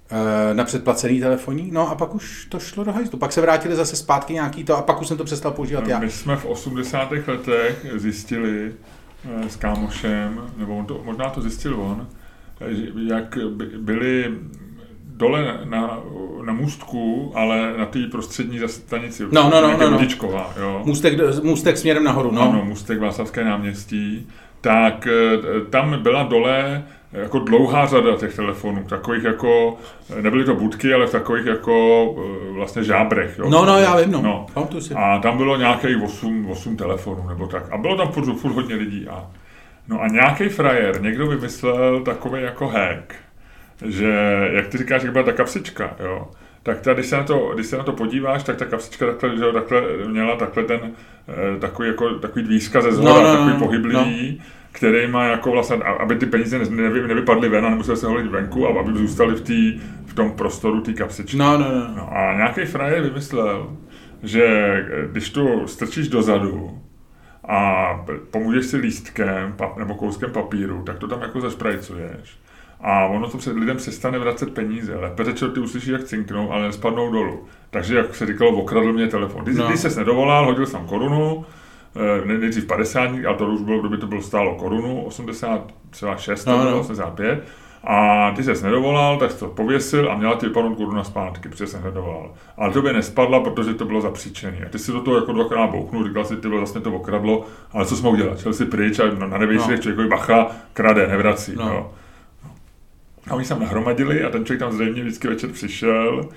na předplacený telefoní, no a pak už to šlo do hajzlu. Pak se vrátili zase zpátky nějaký to a pak už jsem to přestal používat já. My jsme v 80. letech zjistili s kámošem, nebo možná to zjistil on, jak byli dole na můstku, ale na té prostřední stanici, Vodičková, jo. Můstek směrem nahoru, no. Ano, můstek Václavské náměstí, tak tam byla dole jako dlouhá řada těch telefonů, takových jako, nebyly to budky, ale v takových jako vlastně žábrech. Jo? No, já vím, no. A tam bylo nějakých 8 telefonů, nebo tak. A bylo tam furt hodně lidí. No a nějaký frajer, někdo vymyslel takový jako hack, že, jak ty říkáš, jak byla ta kapsička, jo, tak ta, když se na to podíváš, tak ta kapsička takhle měla takový dvířka ze zhora, takový pohyblivý, který má jako vlastně, aby ty peníze nevypadly ven a nemuseli se holit venku, a aby zůstaly v tom prostoru té kapsičky. No. A nějaký frajer vymyslel, že když tu strčíš dozadu a pomůžeš si lístkem nebo kouskem papíru, tak to tam jako zašprajcuješ. A ono to před lidem přestane vracet peníze. Lépe řečeno, ty uslyšíš, jak cinknou, ale nespadnou dolů. Takže, jak se říkalo, okradl mě telefon. Když ses nedovolal, hodil jsem korunu, nejdřív 50, ale to už bylo, kdyby to bylo stálo korunu, 86, 85. A ty ses nedovolal, tak jsi to pověsil a měla ti vypadnout koruna zpátky, protože jsem nedovolal. Ale to by nespadla, protože to bylo zapříčený. A ty si do toho jako dvakrát bouchnul, říkal si, ty vlastně to okradlo, ale co jsme udělali? Šel si pryč a na nebejších člověkovi bacha, krade, nevrací. No. A oni se tam nahromadili a ten člověk tam zřejmě vždycky večer přišel,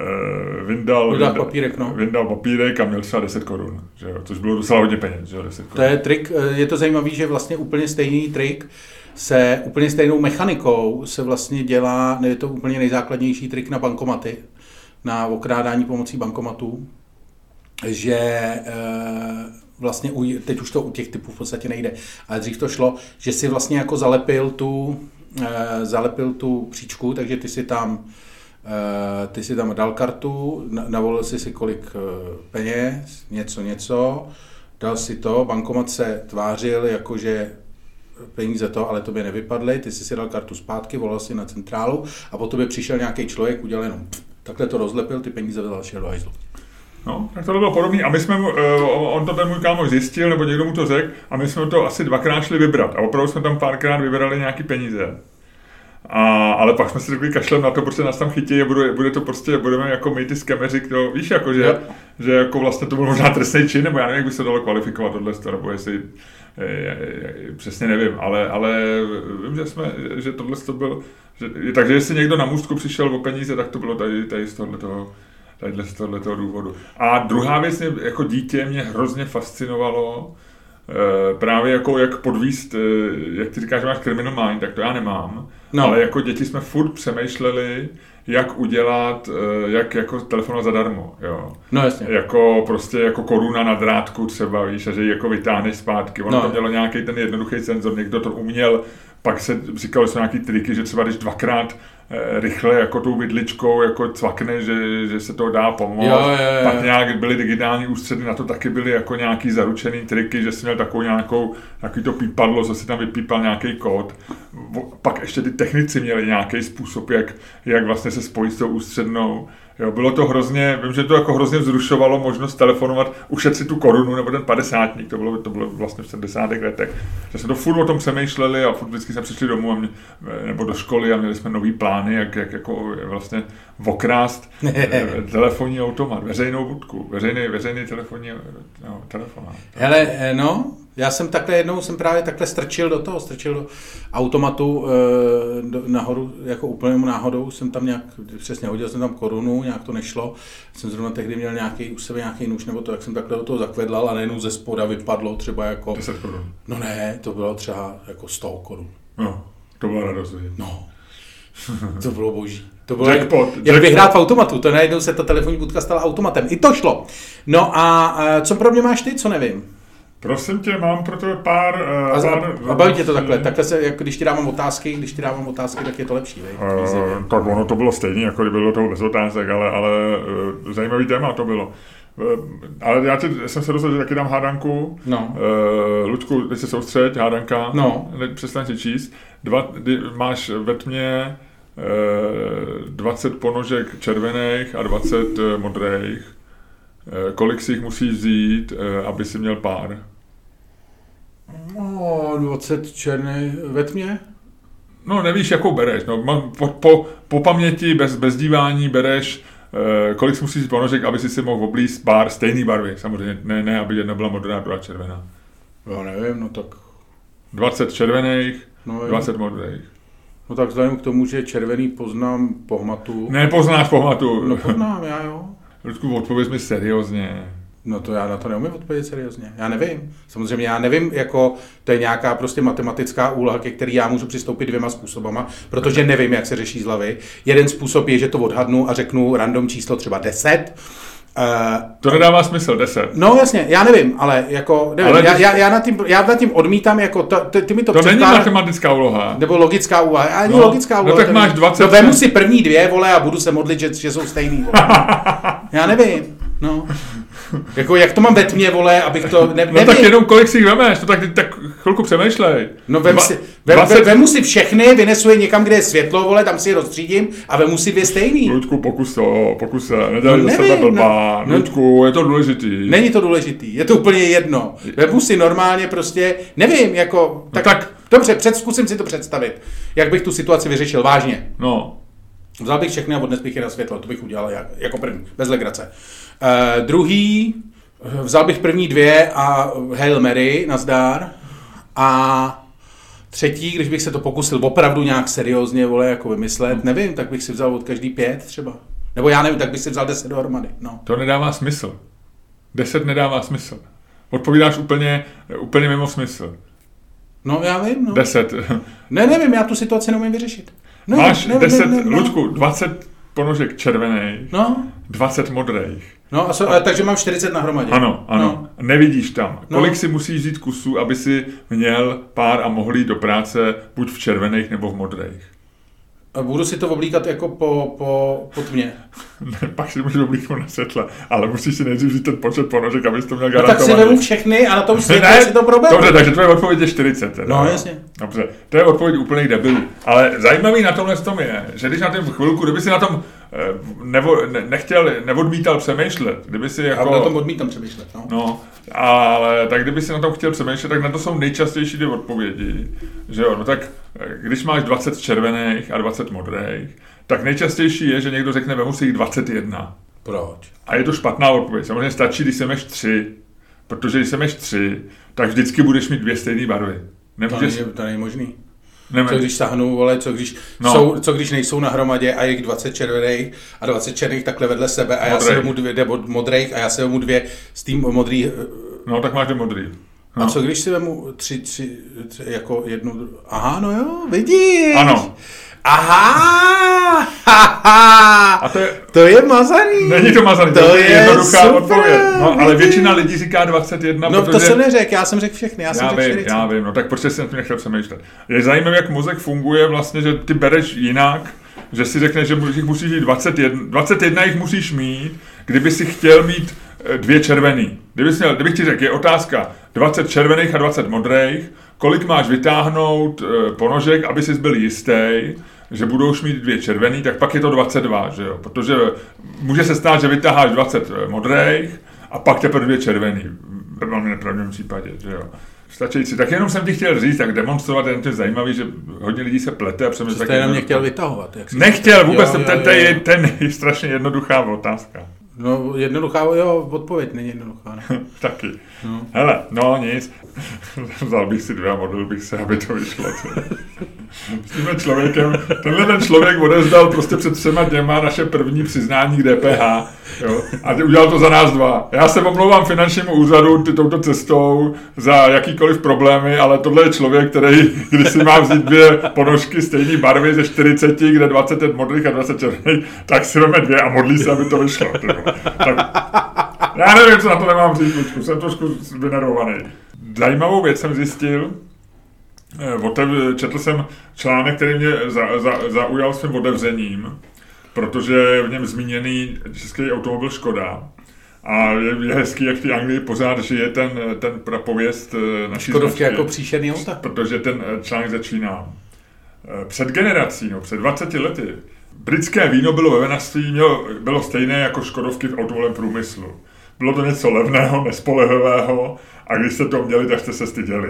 vyndal papírek a měl třeba 10 korun, že jo? Což bylo docela hodně peněz, že jo, 10 korun. To je trik, je to zajímavý, že vlastně úplně stejný trik se úplně stejnou mechanikou se vlastně dělá, je to úplně nejzákladnější trik na bankomaty, na okrádání pomocí bankomatů, že vlastně teď už to u těch typů v podstatě nejde, ale dřív to šlo, že si vlastně jako zalepil tu příčku, takže ty si tam dal kartu, navolil si kolik peněz, něco, dal si to, bankomat se tvářil, jakože peníze ale to by nevypadly, ty si dal kartu zpátky, volal si na centrálu a potom by přišel nějaký člověk, udělal jenom takhle to rozlepil, ty peníze šel do hajzlu. No, tak to bylo podobné a my jsme, on to ten můj kámoš zjistil, nebo někdo mu to řekl a my jsme to asi 2krát šli vybrat a opravdu jsme tam párkrát vybrali nějaký peníze. Ale pak jsme si řekli kašlem na to, protože nás tam chytí a bude to prostě, budeme jako my ty skemeři, kdo, víš, jako, že jako vlastně to byl možná trestný čin, nebo já nevím, jak by se dalo kvalifikovat tohle, nebo jestli, přesně nevím, ale vím, že tohle to byl, takže jestli někdo na můstku přišel o peníze, tak to bylo tady z tohletoho důvodu. A druhá věc, jako dítě mě hrozně fascinovalo, právě jako jak podvíst, jak ty říkáš, že máš criminal mind, tak to já nemám, ale jako děti jsme furt přemýšleli, jak udělat, jak jako telefonovat zadarmo, jo. No jasně. Jako prostě jako koruna na drátku třeba, víš, a že ji jako vytáhneš zpátky. Ono to mělo nějaký ten jednoduchý senzor, někdo to uměl, pak se říkalo, že jsou nějaký triky, že třeba když 2krát rychle jako tou vidličkou jako cvakne, že se to dá pomoct. Jo. Pak nějak byly digitální ústředy, na to taky byly jako nějaký zaručený triky, že jsi měl takový to pípadlo, co si tam vypípal nějaký kód. Pak ještě ty technici měli nějaký způsob, jak vlastně se spojit s tou ústřednou. Jo, bylo to hrozně, vím, že to jako hrozně vzrušovalo možnost telefonovat, ušetřit tu korunu nebo ten 50, to bylo vlastně v 70. letech. Že jsme to furt o tom přemýšleli a furt vždycky jsme přišli domů nebo do školy a měli jsme nový plány, jak jako vlastně okrást telefonní automat, veřejnou budku, veřejný telefonní telefonát. Hele, já jsem jednou právě takhle strčil do automatu nahoru, jako úplnou náhodou jsem tam nějak, přesně hodil jsem tam korunu, nějak to nešlo, jsem zrovna tehdy měl u sebe nějaký nůž nebo to, jak jsem takhle do toho zakvedlal a najednou ze spoda vypadlo třeba jako... 10 korun. No ne, to bylo třeba jako 100 korun. No, to byla radost. No, to bylo boží. To bylo jak vyhrát v automatu, to najednou se ta telefonní budka stala automatem. I to šlo. No a co pro mě máš ty, co nevím? Prosím tě, mám pro tebe pár... A baví tě to takhle, se, jako když ti dávám otázky, tak je to lepší, tak ono to bylo stejný, jako kdyby bylo toho bez otázek, ale zajímavý téma to bylo. Ale jsem se rozhodl, že taky dám hádanku. No. Luďku, teď se soustřeď, hádanka. No. Přestaň si číst. Máš ve tmě 20 ponožek červených a 20 modrých. Kolik si jich musíš vzít, aby si měl pár? 20 černých ve tmě? No nevíš, jakou bereš. No, po paměti, bez dívání bereš, kolik si musíš ponožek, aby si mohl oblíct pár stejný barvy. Samozřejmě ne, aby jedna byla modrá a druhá červená. Já nevím, no tak... 20 červených, 20 modrých. No tak vzhledem k tomu, že červený poznám po hmatu... Nepoznáš po hmatu. No poznám, já jo. Ludku, odpověz mi seriózně. No to já na to neumím odpovědět seriózně. Já nevím. Samozřejmě já nevím, jako to je nějaká prostě matematická úloha, ke který já můžu přistoupit 2 způsobama, protože nevím, jak se řeší z hlavy. Jeden způsob je, že to odhadnu a řeknu random číslo třeba 10. To nedává smysl, 10. No jasně, já nevím, ale jako nevím, ale já nad tím odmítám, jako ty mi to není matematická úloha. Nebo logická úloha, ani logická úloha. No tak máš 20. No vemu si první 2, vole, a budu se modlit, že jsou stejný, vole. Já nevím, no. Jako jak to mám ve tmě, vole, abych to nevím. No tak jenom kolik si jich vemeš, to tak chvilku přemýšlej. No vemu si všechny, vynesu je někam, kde je světlo, vole, tam si je rozstřídím a vemu si 2 stejný. Ludku, pokus se, nedělej ze sebe blbá. Ludku, je to důležitý. Není to důležitý, je to úplně jedno. Vemu si normálně prostě, nevím, jako, tak dobře, zkusím si to představit, jak bych tu situaci vyřešil, vážně. No. Vzal bych všechny a odnes bych je na světlo, to bych udělal jako první, bez legrace. Druhý, vzal bych první 2 a Hail Mary, nazdar. A třetí, když bych se to pokusil opravdu nějak seriózně, vole, jako vymyslet, nevím, tak bych si vzal od každý 5 třeba. Nebo já nevím, tak bych si vzal 10 dohromady. No. To nedává smysl. 10 nedává smysl. Odpovídáš úplně mimo smysl. No já vím, no. 10. Nevím, já tu situaci neumím vyřešit. Máš 10, Luďku, 20 ponožek červených, 20 modrých. No, takže mám 40 nahromadě. Ano. No. Nevidíš tam. Kolik si musíš vzít kusů, aby si měl pár a mohl jít do práce buď v červených nebo v modrých? A budu si to oblíkat jako po tmě. Ne, pak si můžu oblíkat na světle, ale musíš si nejdřív vzít ten počet ponožek, abys to měl garantovaný. No tak si vemu všechny a na tom světle si to proberu. Dobře, takže tvoje odpověď je 40. Teda. No jasně. Dobře, to je odpověď úplných debilů. Ale zajímavý na tomhle tom je, že když na tom chvilku, kdyby si na tom neodmítal přemýšlet, kdyby si jako... Já na tom odmítám přemýšlet, no. No, ale tak kdyby si na tom chtěl přemýšlet, tak na to jsou nejčastější 2 odpovědi, že jo, no tak když máš 20 červených a 20 modrých, tak nejčastější je, že někdo řekne, vemu si jich 21. Proč? A je to špatná odpověď. Samozřejmě stačí, když semeš 3, protože když semeš 3, tak vždycky budeš mít 2 stejné barvy. To není možný. Co když sahnu, vole, co když nejsou na hromadě a je 20 červených a 20 černých takhle vedle sebe a já si vemu 2 modrých a já si vemu 2 z tým modrý. No, tak máš 2 modrý. No. A co když si vemu 3 jako jednu... Aha, no jo, vidíš. Ano. Aha! A to je mazaný. Není to mazaný, to je jednoduchá odpověď. No, ale většina lidí říká 21, no, protože... to jsem neřekl, já jsem řekl všechny, já jsem řekl 40. Já vím, no tak prostě si na tím nechtěl přemýšlet. Je zajímavé, jak mozek funguje vlastně, že ty bereš jinak, že si řekneš, že jich musíš mít 21 jich musíš mít, kdyby si chtěl mít 2 červený. Kdybych ti řekl, je otázka 20 červených a 20 modrých, kolik máš vytáhnout ponožek, aby jsi byl jistý, že budou mít 2 červený, tak pak je to 22, že jo? Protože může se stát, že vytáháš 20 modrých a pak teprve 2 červený. Ve velmi nepravděpodobném případě, že jo? Stačící. Tak jenom jsem ti chtěl říct, tak demonstrovat, jen to je zajímavý, že hodně lidí se plete a přemýšlí. Jste jenom mě chtěl vytahovat. Nechtěl vůbec, ten je strašně jednoduchá otázka. No jednoduchá, jo, odpověď není jednoduchá. Ne? Taky. No. Hele, no nic. Vzal bych si 2 a modlil bych se, aby to vyšlo. S tímhle člověkem, ten člověk odezdal prostě před 3 dněma naše první přiznání k DPH. Jo? A udělal to za nás 2. Já se omlouvám finančnímu úřadu touto cestou za jakýkoliv problémy, ale tohle je člověk, který, když si má vzít 2 ponožky stejné barvy ze 40, kde 20 je modrých a 20 červených, tak si veme 2 a modlí se, aby to vyšlo. Tak, já nevím, co na to nemám říct, Lučku, jsem trošku vynervovaný. Zajímavou věc jsem zjistil, četl jsem článek, který mě zaujal svým otevřením, protože je v něm zmíněný český automobil Škoda. A je hezký, jak v té Anglii pořád žije ten prapověst naší Škodovky jako příšerný auta. Protože ten článek začíná. před generací, před 20 lety, britské víno bylo ve vinařství, bylo stejné jako Škodovky v automobilovém průmyslu. Bylo to něco levného, nespolehlivého a když jste to měli, tak jste se styděli.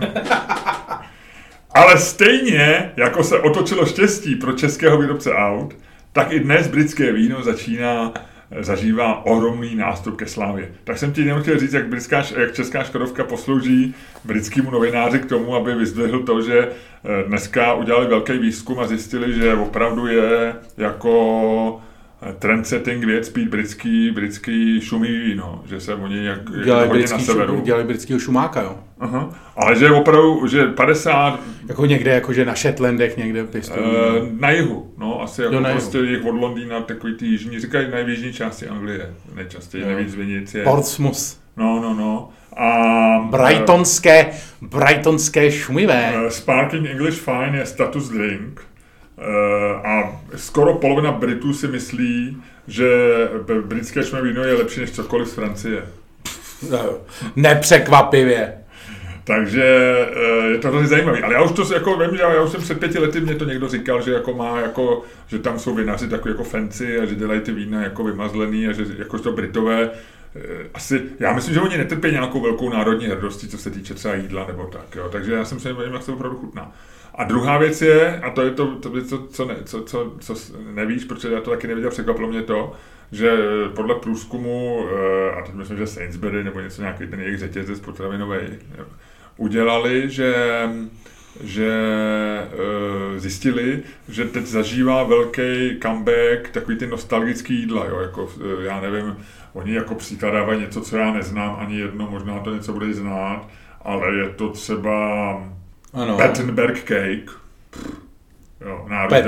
Ale stejně, jako se otočilo štěstí pro českého výrobce aut, tak i dnes britské víno zažívá ohromný nástup ke slávě. Tak jsem ti jenom chtěl říct, jak česká Škodovka poslouží britskému novináři k tomu, aby vyzdvihl to, že dneska udělali velký výzkum a zjistili, že opravdu je jako trendsetting věc pít britský šumý víno, že se oni jak hodně na severu. Dělali britského šumáka, jo. Aha. Ale že opravdu, že 50... Jako někde, jakože na Shetlandech někde pěstují. Na jihu, asi jako prostě jich od Londýna, takový ty jižní, říkají nejjižní části Anglie, nejčastěji, nejvíc vinic je. Portsmouth. No. A Brightonské šumivé. Sparkling English Fine je status drink. A skoro polovina Britů si myslí, že britské šumivé víno je lepší než cokoliv z Francie. Nepřekvapivě. Takže je to velmi zajímavé. Ale já už to jako vím, že já už jsem před 5 lety mě to někdo říkal, že jako má jako, že tam jsou vinaři takový jako fancy a že dělají ty vína jako vymazlený a že jako to Britové asi, já myslím, že oni netrpí nějakou velkou národní hrdostí, co se týče třeba jídla nebo tak, jo. Takže já jsem se nevím, jak se opravdu chutná. A druhá věc je, a to je to co nevíš, protože já to taky neviděl, překvapilo mě to, že podle průzkumu, a teď myslím, že Sainsbury nebo něco nějaký ten jejich řetězec potravinový, udělali, že zjistili, že teď zažívá velký comeback takový ty nostalgický jídla, jo, jako já nevím, oni jako příklad dávají něco, co já neznám ani jedno, možná to něco budeš znát, ale je to třeba Battenberg cake. Jo,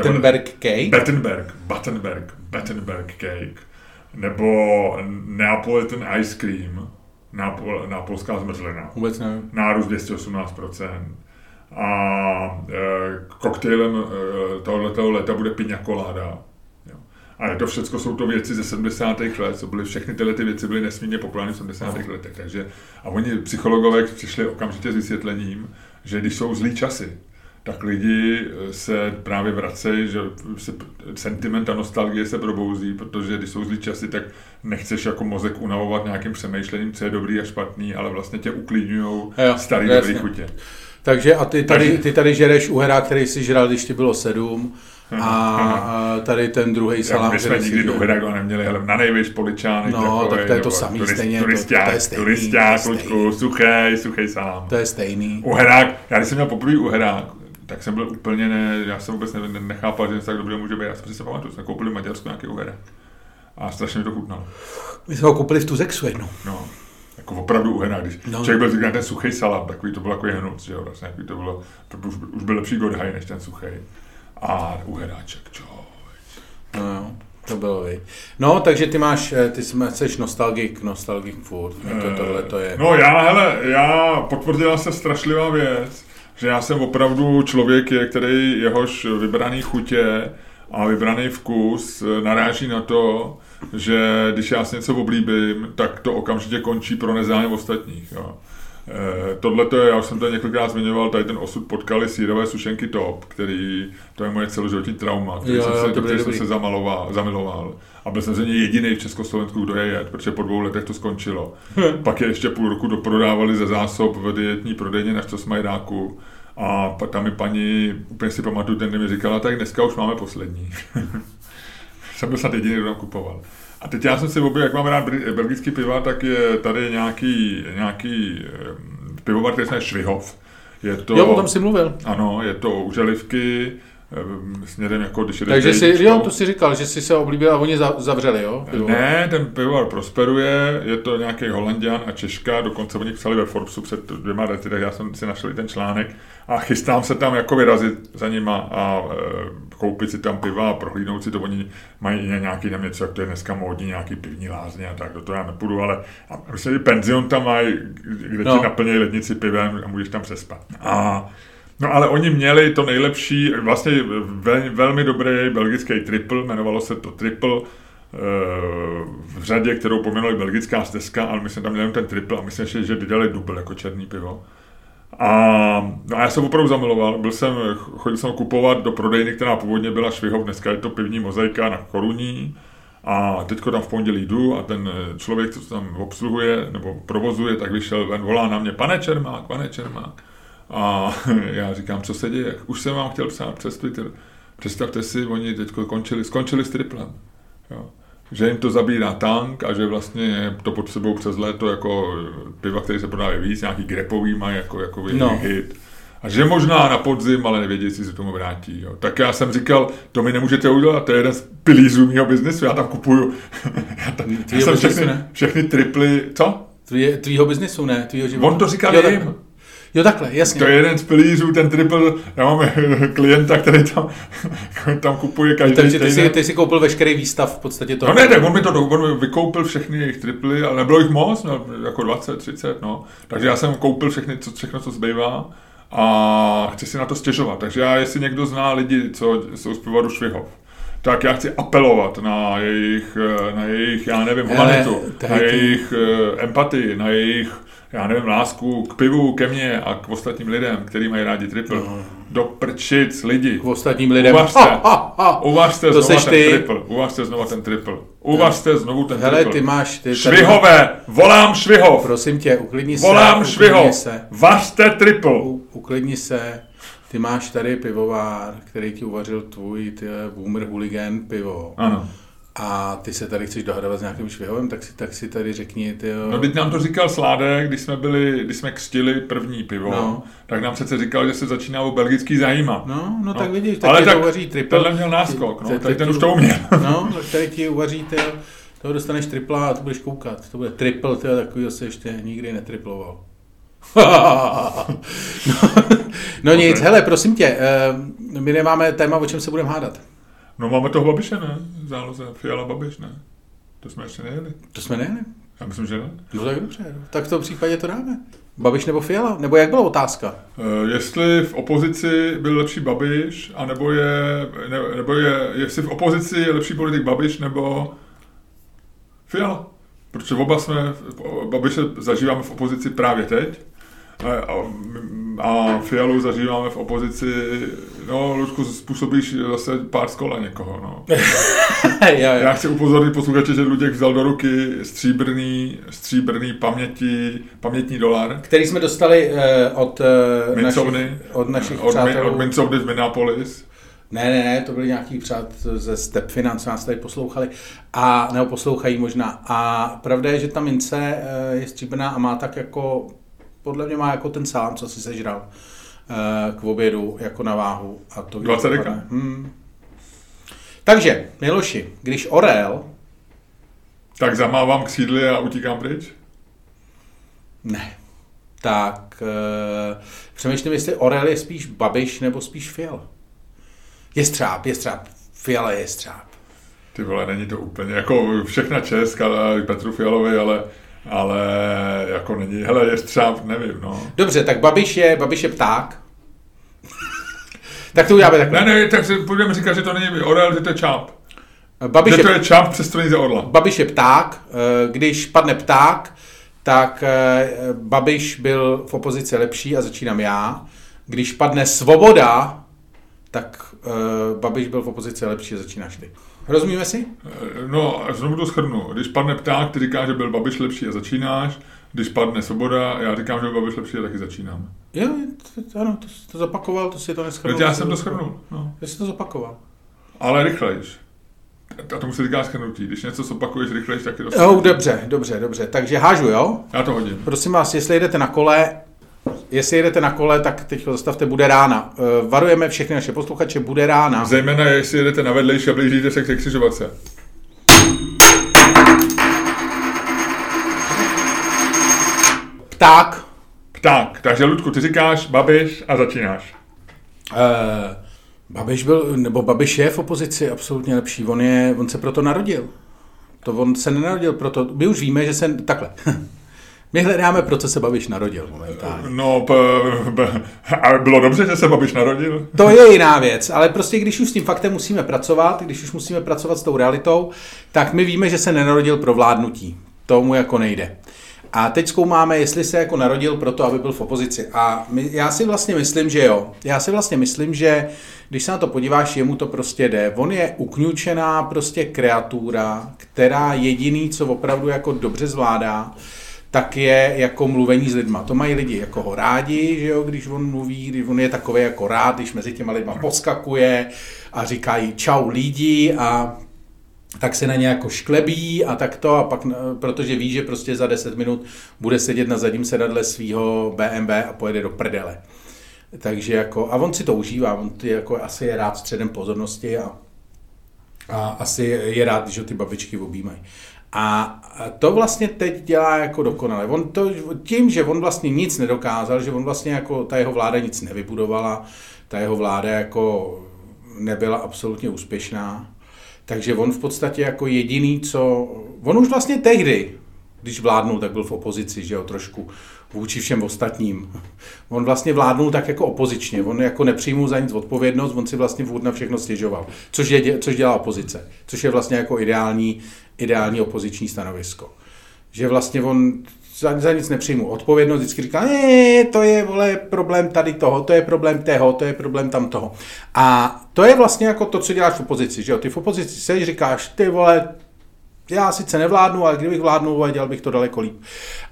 Battenberg cake. Nebo Neapolitan ice cream. Neapolská zmrzlina. Vůbec nevím. Nárůst 218%. A koktejlem tohoto leta bude piña colada. A je to všecko, jsou to věci ze 70. let, co byly, všechny tyhle ty věci byly nesmírně populární v 70. letech. Takže, a oni, psychologové, přišli okamžitě s vysvětlením, že když jsou zlý časy, tak lidi se právě vracejí, že sentiment a nostalgie se probouzí, protože když jsou zlý časy, tak nechceš jako mozek unavovat nějakým přemýšlením, co je dobrý a špatný, ale vlastně tě uklidňujou starý dobrý chutě. Takže a ty tady žereš uherák, který si žral, když ti bylo 7, a tady ten druhý salám. My jsme nikdy do uherák neměli, ale na nejvíc poličánek. No, tak to je to samý stejně. Turisták, klučku, suchý salám. To je stejný. Uherák, já když jsem měl poprvé uherák, tak jsem byl úplně já jsem vůbec nechápal, že něco tak dobré může být. Já jsem si pamatuju, jsme koupili v Maďarsku nějaký uherák. A strašně mi to chutnalo. My jsme ho koupili v Tuzexu jednou. No, jako opravdu uherák, když člověk byl říkal ten suchý salám, takový to bylo jako hnuc, že jo, vlastně, to bylo, už byl lepší godhaj než ten suchý. A uheráček, No, to bylo vy. No, takže ty jsi nostalgik furt. Tohle to je. No já potvrdila se strašlivá věc, že já jsem opravdu člověk, jehož vybraný chutě a vybraný vkus naráží na to, že když já si něco oblíbím, tak to okamžitě končí pro nezájem ostatních. Jo. Tohle to je, já už jsem tady několikrát zmiňoval, tady ten osud potkali sýrové sušenky Top, to je moje celoživotní trauma, který jsem se zamiloval. A byl jsem z něj jediný v Československu, kdo je jet, protože po 2 letech to skončilo. Pak je ještě půl roku doprodávali ze zásob v dietní prodejně na Šťastmajdáku. A tam mi paní, úplně si pamatuju, ten mi říkala, tak dneska už máme poslední. Jsem byl snad jediný, kdo tam kupoval. A teď já jsem si objevil, jak mám rád belgický piva, tak je tady nějaký pivovar, který se jmenuje Švihov. Jo, o tom jsi mluvil. Ano, je to u Želivky, směrem jako když jdeš. Takže to si říkal, že jsi se oblíbil a oni zavřeli, jo? Pivovar. Ne, ten pivovar prosperuje, je to nějaký Holanďan a Češka, dokonce oni psali ve Forbesu před 2 lety, tak já jsem si našel i ten článek a chystám se tam jako vyrazit za nima a koupit si tam piva a prohlídnout si to, oni mají nějaký tam něco, jak to je dneska módní, nějaký pivní lázně a tak, do toho já nepůjdu, ale myslím, že penzion tam mají, kde ti naplnějí lednici pivem a můžeš tam přespat. No ale oni měli to nejlepší, vlastně velmi dobrý belgický triple, jmenovalo se to triple v řadě, kterou pomenovali belgická stezka, ale my jsme tam měli ten triple a myslím, že vydali dubl jako černý pivo. A já jsem opravdu zamiloval. Chodil jsem kupovat do prodejny, která původně byla Švihov, dneska je to pivní Mozaika na Koruní. A teďko tam v pondělí jdu a ten člověk, co tam obsluhuje nebo provozuje, tak vyšel ven, volá na mě, pane Čermák. A já říkám, co se děje? Už jsem vám chtěl psát přes Twitter. Představte si, oni teďko skončili s triplem. Jo. Že jim to zabírá tank a že vlastně to pod sebou přes léto jako piva, které se prodávají víc, nějaký grepový mají jako hit. A že možná na podzim, ale nevědí, jestli se tomu vrátí. Jo. Tak já jsem říkal, to mi nemůžete udělat, to je jeden z pilířů mýho biznesu, já tam kupuju. já jsem všechny triply, co? Tvýho biznesu, ne? Tvýho života. On to říkal jim. Jo, takhle, jasně. To je jeden z pilířů, ten triple, já mám klienta, který tam kupuje každý Takže ty jsi koupil veškerý výstav v podstatě toho. No ne, tak on mi vykoupil všechny jejich triply, ale nebylo jich moc, jako 20, 30, no. Takže já jsem koupil všechno, co zbývá a chci si na to stěžovat. Takže jestli někdo zná lidi, co jsou z pivovaru Švihov, tak já chci apelovat na jejich já nevím, humanitu, na jejich empatii, na jejich já nevím, lásku k pivu, ke mně a k ostatním lidem, kteří mají rádi triple. No. Do prčic lidi. K ostatním lidem. Uvařte znovu ten triple. Uvařte znovu ten triple. Hele, ty máš... Švihové, volám Švihov. Prosím tě, uklidni se. Volám Švihov, vařte triple. Uklidni se. Ty máš tady pivovár, který ti uvařil tvůj Boomer Hooligan pivo. Ano. A ty se tady chceš dohadovat s nějakým Švihovem, tak si tady řekni, tyjo. No, teď nám to říkal Sládek, když jsme křtili první pivo, tak nám přece říkal, že se začíná o belgický zajímat. No, tak vidíš, tak to uvaří triple. Tenhle měl náskok, tak ten už to uměl. No, tady ti uvaří, tyjo, toho dostaneš tripla a to budeš koukat. To bude triple, tyjo, takovýho se ještě nikdy netriploval. No nic, hele, prosím tě, my nemáme téma, o čem se budeme hádat. No máme toho Babiše, ne? Záloze Fiala Babiš, ne? To jsme ještě nejeli. To jsme nejeli? Já myslím, že ne. No tak dobře, tak v tom případě to dáme. Babiš nebo Fiala? Nebo jak byla otázka? Jestli v opozici byl lepší Babiš, anebo jestli v opozici je lepší politik Babiš nebo Fiala. Protože oba Babiše zažíváme v opozici právě teď. A Fialu zažíváme v opozici, no, Luďku, způsobíš zase pár z kola někoho, no. Já chci upozornit posluchače, že Luděk vzal do ruky stříbrný pamětní dolar. Který jsme dostali od našich přátelů. Od mincovny z Minneapolis. Ne, to byli nějaký přátelé ze Step Finance, nás tady poslouchali, nebo poslouchají možná. A pravda je, že ta mince je stříbrná a má tak jako... Podle mě má jako ten sám, co si sežral k obědu, jako na váhu. A to 20 deka. Takže, Miloši, když orel... Tak zamávám k sídli a utíkám pryč? Ne. Tak přemýšlím, jestli orel je spíš Babiš nebo spíš Fiala. Je střáp. Fiala je střáp. Ty vole, není to úplně jako všechna čest Petru Fialovi, ale jako není, hele, je střáp, nevím, no. Dobře, tak Babiš je pták. Tak to uděláme takhle. Ne, tak si budeme říkat, že to není orel, že to je čáp. To je čáp, přes to není orla. Babiš je pták, když padne pták, tak Babiš byl v opozici lepší a začínám já. Když padne Svoboda, tak Babiš byl v opozici lepší a začínáš ty. Rozumíme si? No, znovu to shrnu. Když padne pták, ty říkáš, že byl Babiš lepší a začínáš. Když padne Svoboda, já říkám, že byl Babiš lepší a taky začínám. Jo, ano, to zopakoval, to si to neshrnul. Já jsem to shrnul. No. Já jsi to zopakoval. Ale rychlejš. A tomu se říká shrnutí. Když něco zopakuješ rychlejš, tak je to shrnutí. Dobře. Takže hážu, jo? Já to hodím. Prosím vás, jestli jedete na kole, tak teď ho zastavte, bude rána. Varujeme všechny naše posluchače, bude rána. Zejména, jestli jedete na vedlejší a blížíte se k křižovatce. Pták. Takže, Ludku, ty říkáš Babiš a začínáš. Babiš je v opozici absolutně lepší. On se proto narodil. On se nenarodil proto. My už víme, že se... Takhle. My hledáme, proč se Babiš narodil momentálně. No, ale bylo dobře, že se Babiš narodil? To je jiná věc, ale prostě když už s tím faktem musíme pracovat, když už musíme pracovat s tou realitou, tak my víme, že se nenarodil pro vládnutí. Tomu jako nejde. A teď zkoumáme, jestli se jako narodil proto, aby byl v opozici. A já si vlastně myslím, že jo. Já si vlastně myslím, že když se na to podíváš, jemu to prostě jde. On je ukňučená prostě kreatura, která jediný, co opravdu jako dobře zvládá, tak je jako mluvení s lidma. To mají lidi jako ho rádi, že jo, když on mluví, když on je takový jako rád, když mezi těma lidma poskakuje a říkají čau lidi a tak se na ně jako šklebí a tak to a pak, protože ví, že prostě za 10 minut bude sedět na zadním sedadle svýho BMW a pojede do prdele. Takže jako, a on si to užívá, on jako asi je rád středem pozornosti a asi je rád, když ho ty babičky objímají. A to vlastně teď dělá jako dokonale. On to, tím, že on vlastně nic nedokázal, že on vlastně jako ta jeho vláda nic nevybudovala, ta jeho vláda jako nebyla absolutně úspěšná, takže on v podstatě jako jediný, co... On už vlastně tehdy, když vládnul, tak byl v opozici, že jo, trošku vůči všem ostatním. On vlastně vládnul tak jako opozičně, on jako nepřijmul za nic odpovědnost, on si vlastně vůd na všechno stěžoval, což dělá opozice, což je vlastně jako ideální opoziční stanovisko. Že vlastně on za nic nepřijmul odpovědnost, vždycky říká, to je, vole, problém tady toho, to je problém toho, to je problém tam toho. A to je vlastně jako to, co děláš v opozici, že jo, ty v opozici seš, říkáš, ty vole, já sice nevládnu, ale kdybych vládnul, dělal bych to daleko líp.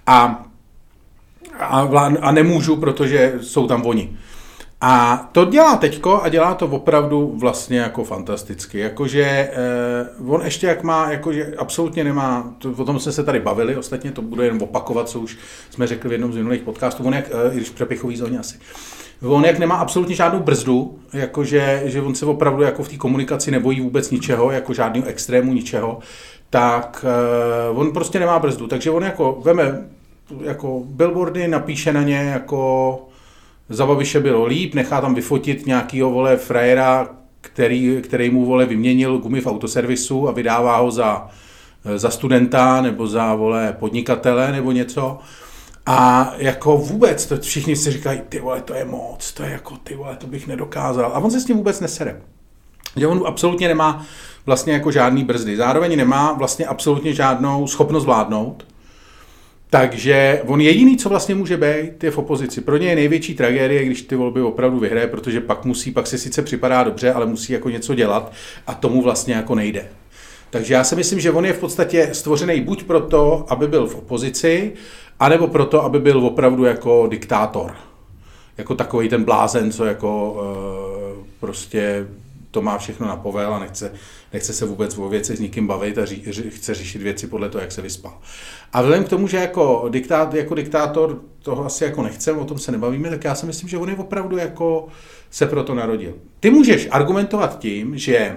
A nemůžu, protože jsou tam oni. A to dělá teďko a dělá to opravdu vlastně jako fantasticky. Jakože on ještě jak má, jakože absolutně nemá, o tom jsme se tady bavili, ostatně to bude jen opakovat, co už jsme řekli v jednom z minulých podcastů, on jak, i když v přepichový zóně asi, on jak nemá absolutně žádnou brzdu, jakože že on se opravdu jako v té komunikaci nebojí vůbec ničeho, jako žádného extrému ničeho, tak on prostě nemá brzdu, takže on jako veme jako billboardy, napíše na ně jako za Babiše bylo líp, nechá tam vyfotit nějakýho, vole, frajera, který mu, vole, vyměnil gumy v autoservisu a vydává ho za studenta nebo za, vole, podnikatele nebo něco. A jako vůbec, to všichni si říkají, ty vole, to je moc, to je jako, ty vole, to bych nedokázal. A on se s tím vůbec nesere. Že on absolutně nemá vlastně jako žádný brzdy. Zároveň nemá vlastně absolutně žádnou schopnost vládnout. Takže on jediný, co vlastně může být, je v opozici. Pro ně je největší tragédie, když ty volby opravdu vyhraje, protože pak se sice připadá dobře, ale musí jako něco dělat a tomu vlastně jako nejde. Takže já si myslím, že on je v podstatě stvořený buď proto, aby byl v opozici, anebo proto, aby byl opravdu jako diktátor. Jako takový ten blázen, co jako prostě to má všechno na povel a nechce se vůbec o věci s nikým bavit a chce řešit věci podle toho, jak se vyspal. A vzhledem k tomu, že jako diktátor toho asi jako nechceme, o tom se nebavíme, tak já si myslím, že on je opravdu jako se proto narodil. Ty můžeš argumentovat tím, že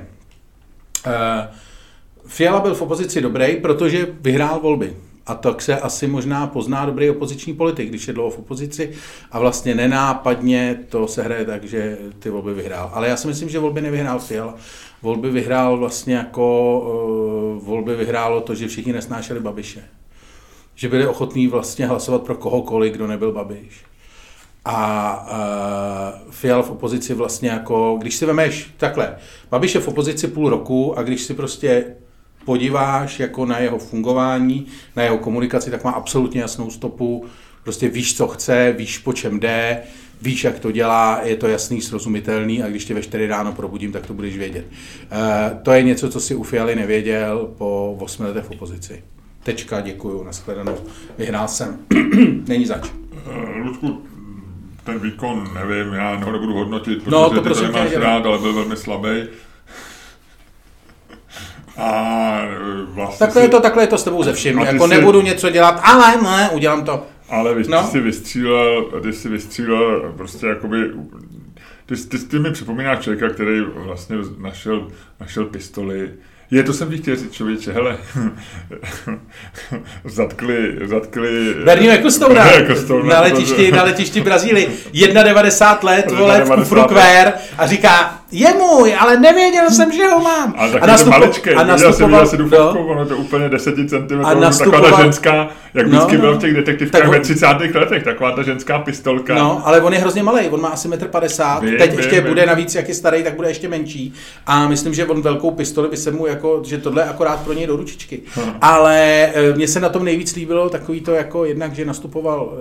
Fiala byl v opozici dobrý, protože vyhrál volby. A tak se asi možná pozná dobrý opoziční politik, když je dlouho v opozici a vlastně nenápadně to se hraje tak, že ty volby vyhrál. Ale já si myslím, že volby nevyhrál Fiala. Volby vyhrál vlastně jako, volby vyhrálo to, že všichni nesnášeli Babiše. Že byli ochotní vlastně hlasovat pro kohokoliv, kdo nebyl Babiš. A Fiala v opozici vlastně jako, když si vemeš takhle, Babiš je v opozici půl roku a když si prostě podíváš jako na jeho fungování, na jeho komunikaci, tak má absolutně jasnou stopu, prostě víš, co chce, víš, po čem jde, víš, jak to dělá, je to jasný, srozumitelný a když tě ve 4 ráno probudím, tak to budeš vědět. To je něco, co si u Fialy nevěděl po 8 letech v opozici. Tečka, děkuju, nashledanou, vyhrál jsem. Není zač. Ludku, ten výkon, nevím, já ho nebudu hodnotit, protože ty to nemáš rád, ale byl velmi slabý. A vlastně takhle je to s tebou ze vším, jako nebudu něco dělat, ale ne, udělám to. Ale když jsi vystřílel prostě jakoby, ty mi připomínáš člověka, který vlastně našel pistoli. To jsem ti chtěl říct, člověče, hele, zatkli Bernie Ecclestona na letišti Brazílii, 91 let, vole, v kufru kvér a říká, je můj, ale nevěděl jsem, že ho mám. Ale taky to maličký, viděl si tu fotku, ono to úplně 10 cm, taková ta ženská, jak vždycky bylo v těch detektivkách ve 30. letech, taková ta ženská pistolka. No, ale on je hrozně malej, on má asi 1,50 m, teď ještě bude navíc, jak je starý, tak bude ještě menší a myslím, že on velkou pistoli by se mu jako, že tohle je akorát pro něj do ručičky. Ale mně se na tom nejvíc líbilo takový to jako jednak, že nastupoval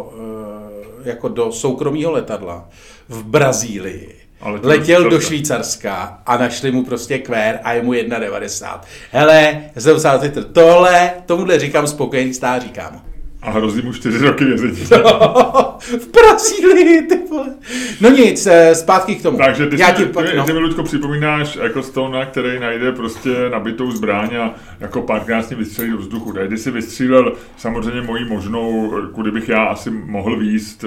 do soukromého letadla v Brazílii. Letěl do Švýcarska a našli mu prostě kvér a je mu 1,90. Hele, já jsem psal Twitter, tomuhle říkám spokojený stáří, kámo. A hrozí mu 4 roky vězení. No, v Brazílii, ty vole. No nic, zpátky k tomu. Takže ty mi, Luďko, připomínáš Ecclestona, který najde prostě nabitou zbraň a jako párkrát s ním vystřelí do vzduchu. Tady si vystřílel samozřejmě mojí možnou, kudy bych já asi mohl výst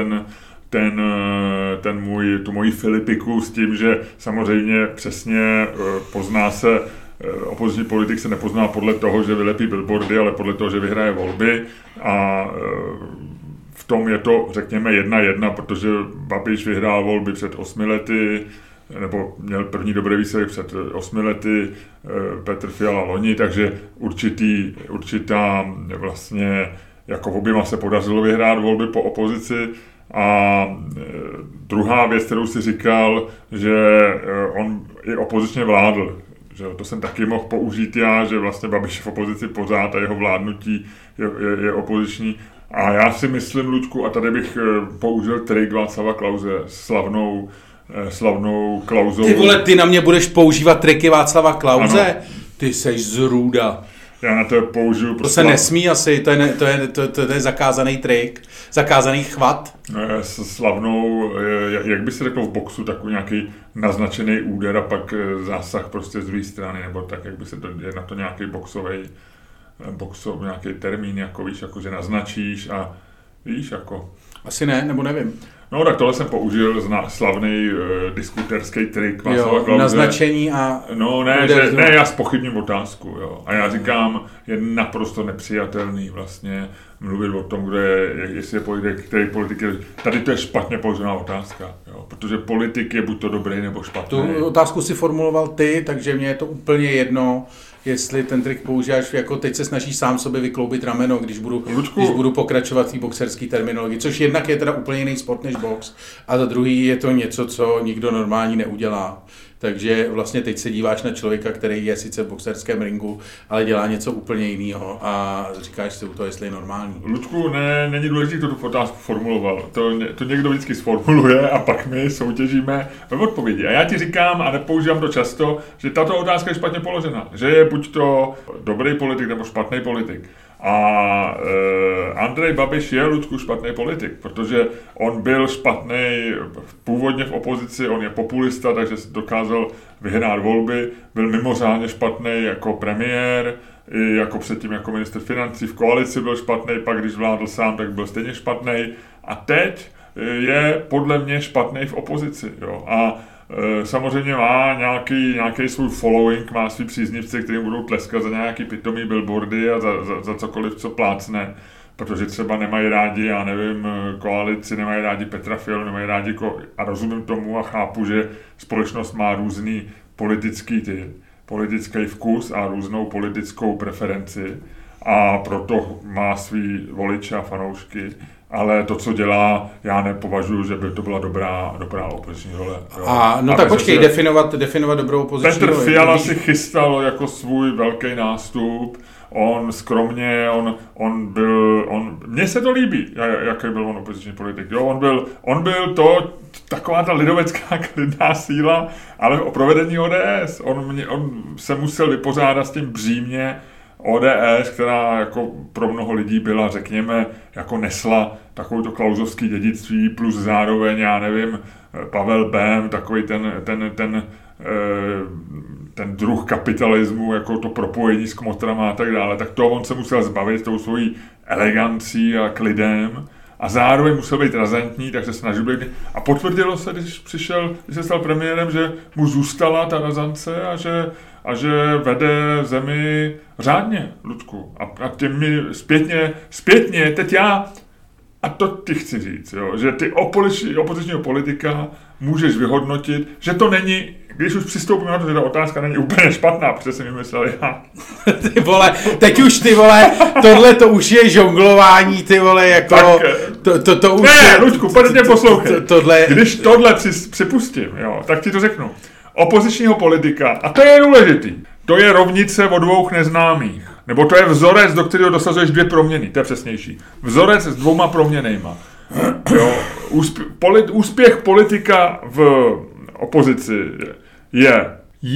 tu moji Filipiku s tím, že samozřejmě přesně pozná se, opoziční politik se nepozná podle toho, že vylepí billboardy, ale podle toho, že vyhraje volby a v tom je to, řekněme, 1-1, protože Babiš vyhrál volby před 8 lety, nebo měl první dobrý výsledek před 8 lety, Petr Fiala loni, takže určitá vlastně, jako oběma se podařilo vyhrát volby po opozici. A druhá věc, kterou si říkal, že on i opozičně vládl, že to jsem taky mohl použít já, že vlastně Babiš v opozici pořád a jeho vládnutí je opoziční. A já si myslím, Luďku, a tady bych použil trik Václava Klause, slavnou Klausovou. Ty vole, ty na mě budeš používat triky Václava Klause? Ano. Ty seš zrůda. Já na to použiju. To se nesmí asi, to je zakázaný trik, zakázaný chvat. Slavnou, jak by se řeklo v boxu, takový nějaký naznačený úder a pak zásah prostě z druhé strany, nebo tak, jak by se je na to nějaký boxový nějaký termín, jako víš, jako že naznačíš a víš, jako. Asi ne, nebo nevím. No tak tohle jsem použil slavný diskuterský trik Václava Klause. Naznačení a... No ne, já zpochybním otázku, jo. A já říkám, je naprosto nepřijatelný vlastně mluvit o tom, jestli je politik, který politik je... Tady to je špatně položená otázka, jo. Protože politik je buď to dobrý, nebo špatný. Tu otázku si formuloval ty, takže mně je to úplně jedno, jestli ten trik používáš, jako teď se snažíš sám sobě vykloubit rameno, když budu pokračovat v boxerský terminologii, což jednak je teda úplně jiný sport než box, a za druhý je to něco, co nikdo normální neudělá. Takže vlastně teď se díváš na člověka, který je sice v boxerském ringu, ale dělá něco úplně jiného a říkáš si u toho, jestli je normální. Luďku, není důležité, kdo tu otázku formuloval. To někdo vždycky sformuluje a pak my soutěžíme ve odpovědi. A já ti říkám, a nepoužívám to často, že tato otázka je špatně položena. Že je buď to dobrý politik nebo špatný politik. A Andrej Babiš je, Luďku, špatný politik, protože on byl špatný původně v opozici, on je populista, takže dokázal vyhrát volby, byl mimořádně špatný jako premiér, i jako předtím jako ministr financí, v koalici byl špatný, pak když vládl sám, tak byl stejně špatný a teď je podle mě špatný v opozici. Jo. A samozřejmě má nějaký svůj following, má svý příznivce, kteří budou tleskat za nějaký pitomý billboardy a za cokoliv, co plácne, protože třeba nemají rádi, já nevím, koalici, nemají rádi Petra Fialu, nemají rádi a rozumím tomu a chápu, že společnost má různý politický vkus a různou politickou preferenci a proto má svý voliče a fanoušky. Ale to, co dělá, já nepovažuji, že by to byla dobrá opoziční role. Tak počkej, definovat dobrou opoziční roli. Petr Fiala si chystal jako svůj velký nástup, on skromně, mně se to líbí, jaký byl on opoziční politik. Jo, on byl taková ta lidovecká klidná síla, ale o provedení ODS. On se musel vypořádat s tím břímě ODS, která jako pro mnoho lidí byla, řekněme, jako nesla takovýto klausovský dědictví, plus zároveň, já nevím, Pavel Bém, takový ten druh kapitalismu, jako to propojení s kmotrama a tak dále, tak to on se musel zbavit tou svojí elegancí a klidem a zároveň musel být razantní, takže se snažil být. A potvrdilo se, když se stal premiérem, že mu zůstala ta razance a že vede zemi řádně, Ludku. A těmi zpětně, teď já A to ti chci říct, jo, že ty opozičního politika můžeš vyhodnotit, že to není, když už přistoupíme na to, že ta otázka není úplně špatná, protože jsem vymyslel já. Ty vole, teď už ty vole, tohle to už je žonglování, ty vole, jako... Tak, to už ne, je, Luďku, pojď poslouchej. Tohle... Když tohle připustím, jo, tak ti to řeknu. Opozičního politika, a to je důležitý, to je rovnice o dvou neznámých. Nebo to je vzorec, do kterého dosazuješ dvě proměny, to je přesnější. Vzorec s dvouma proměnejma. Jo, úspěch politika v opozici je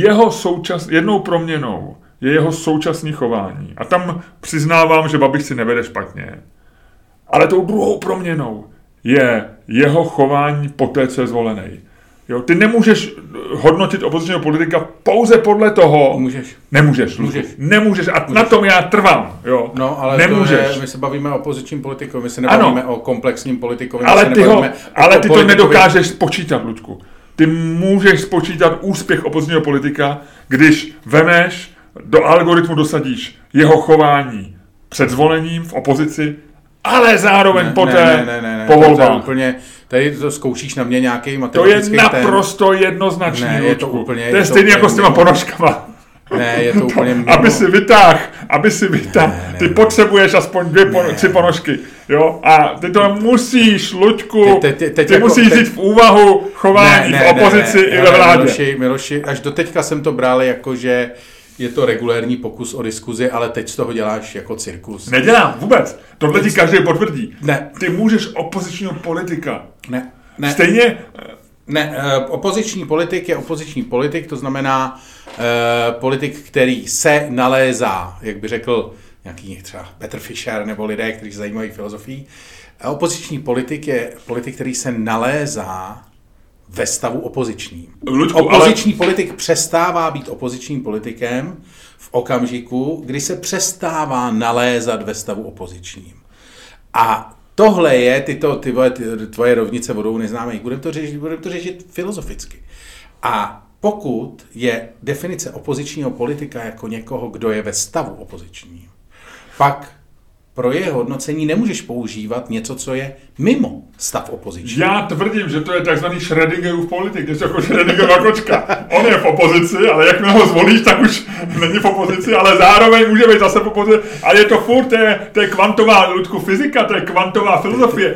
jednou proměnou je jeho současné chování. A tam přiznávám, že Babiš si nevede špatně. Ale tou druhou proměnou je jeho chování poté, co je zvolený. Jo, ty nemůžeš hodnotit opozičního politika pouze podle toho. Nemůžeš. A na tom já trvám. Jo. No, ale nemůžeš. My se bavíme o opozičním politikovi, my se nebavíme o komplexním politikovi. Ale ty to nedokážeš spočítat, Luďku. Ty můžeš spočítat úspěch opozičního politika, když vemeš, do algoritmu dosadíš jeho chování před zvolením v opozici, ale zároveň poté po volbách. Tady to zkoušíš na mě nějaký matematický ten. To je naprosto jednoznačný. Ne, je to úplně... To je stejně jako s těma ponožkama. Ne, je to úplně mimo. Aby si vytáhl. Ty potřebuješ aspoň 3 ponožky. Jo? A ty to musíš, Luďku, ty musíš vzít v úvahu chování v opozici i ve vládě. Miloši, až do teďka jsem to bral jako, že je to regulérní pokus o diskuzi, ale teď z toho děláš jako cirkus. Nedělám vůbec. Tohle ti každý potvrdí. Ne. Ty můžeš opozičního politika. Ne. Stejně... Ne, opoziční politik je opoziční politik, to znamená politik, který se nalézá, jak by řekl nějaký třeba Petr Fischer nebo lidé, kteří se zajímají filozofií. Opoziční politik je politik, který se nalézá ve stavu opozičním. Opoziční politik přestává být opozičním politikem v okamžiku, kdy se přestává nalézat ve stavu opozičním. A tohle je tvoje rovnice vodou neznámých. Budeme to řešit filozoficky. A pokud je definice opozičního politika jako někoho, kdo je ve stavu opozičním, pak pro jeho hodnocení nemůžeš používat něco, co je mimo stav opoziční. Já tvrdím, že to je takzvaný Schrödingerův politik, to je jako Schrödingerova kočka. On je v opozici, ale jakmile ho zvolíš, tak už není v opozici, ale zároveň může být zase v opozici. Ale je to furt, to je kvantová, Ludku, fyzika, to je kvantová filozofie.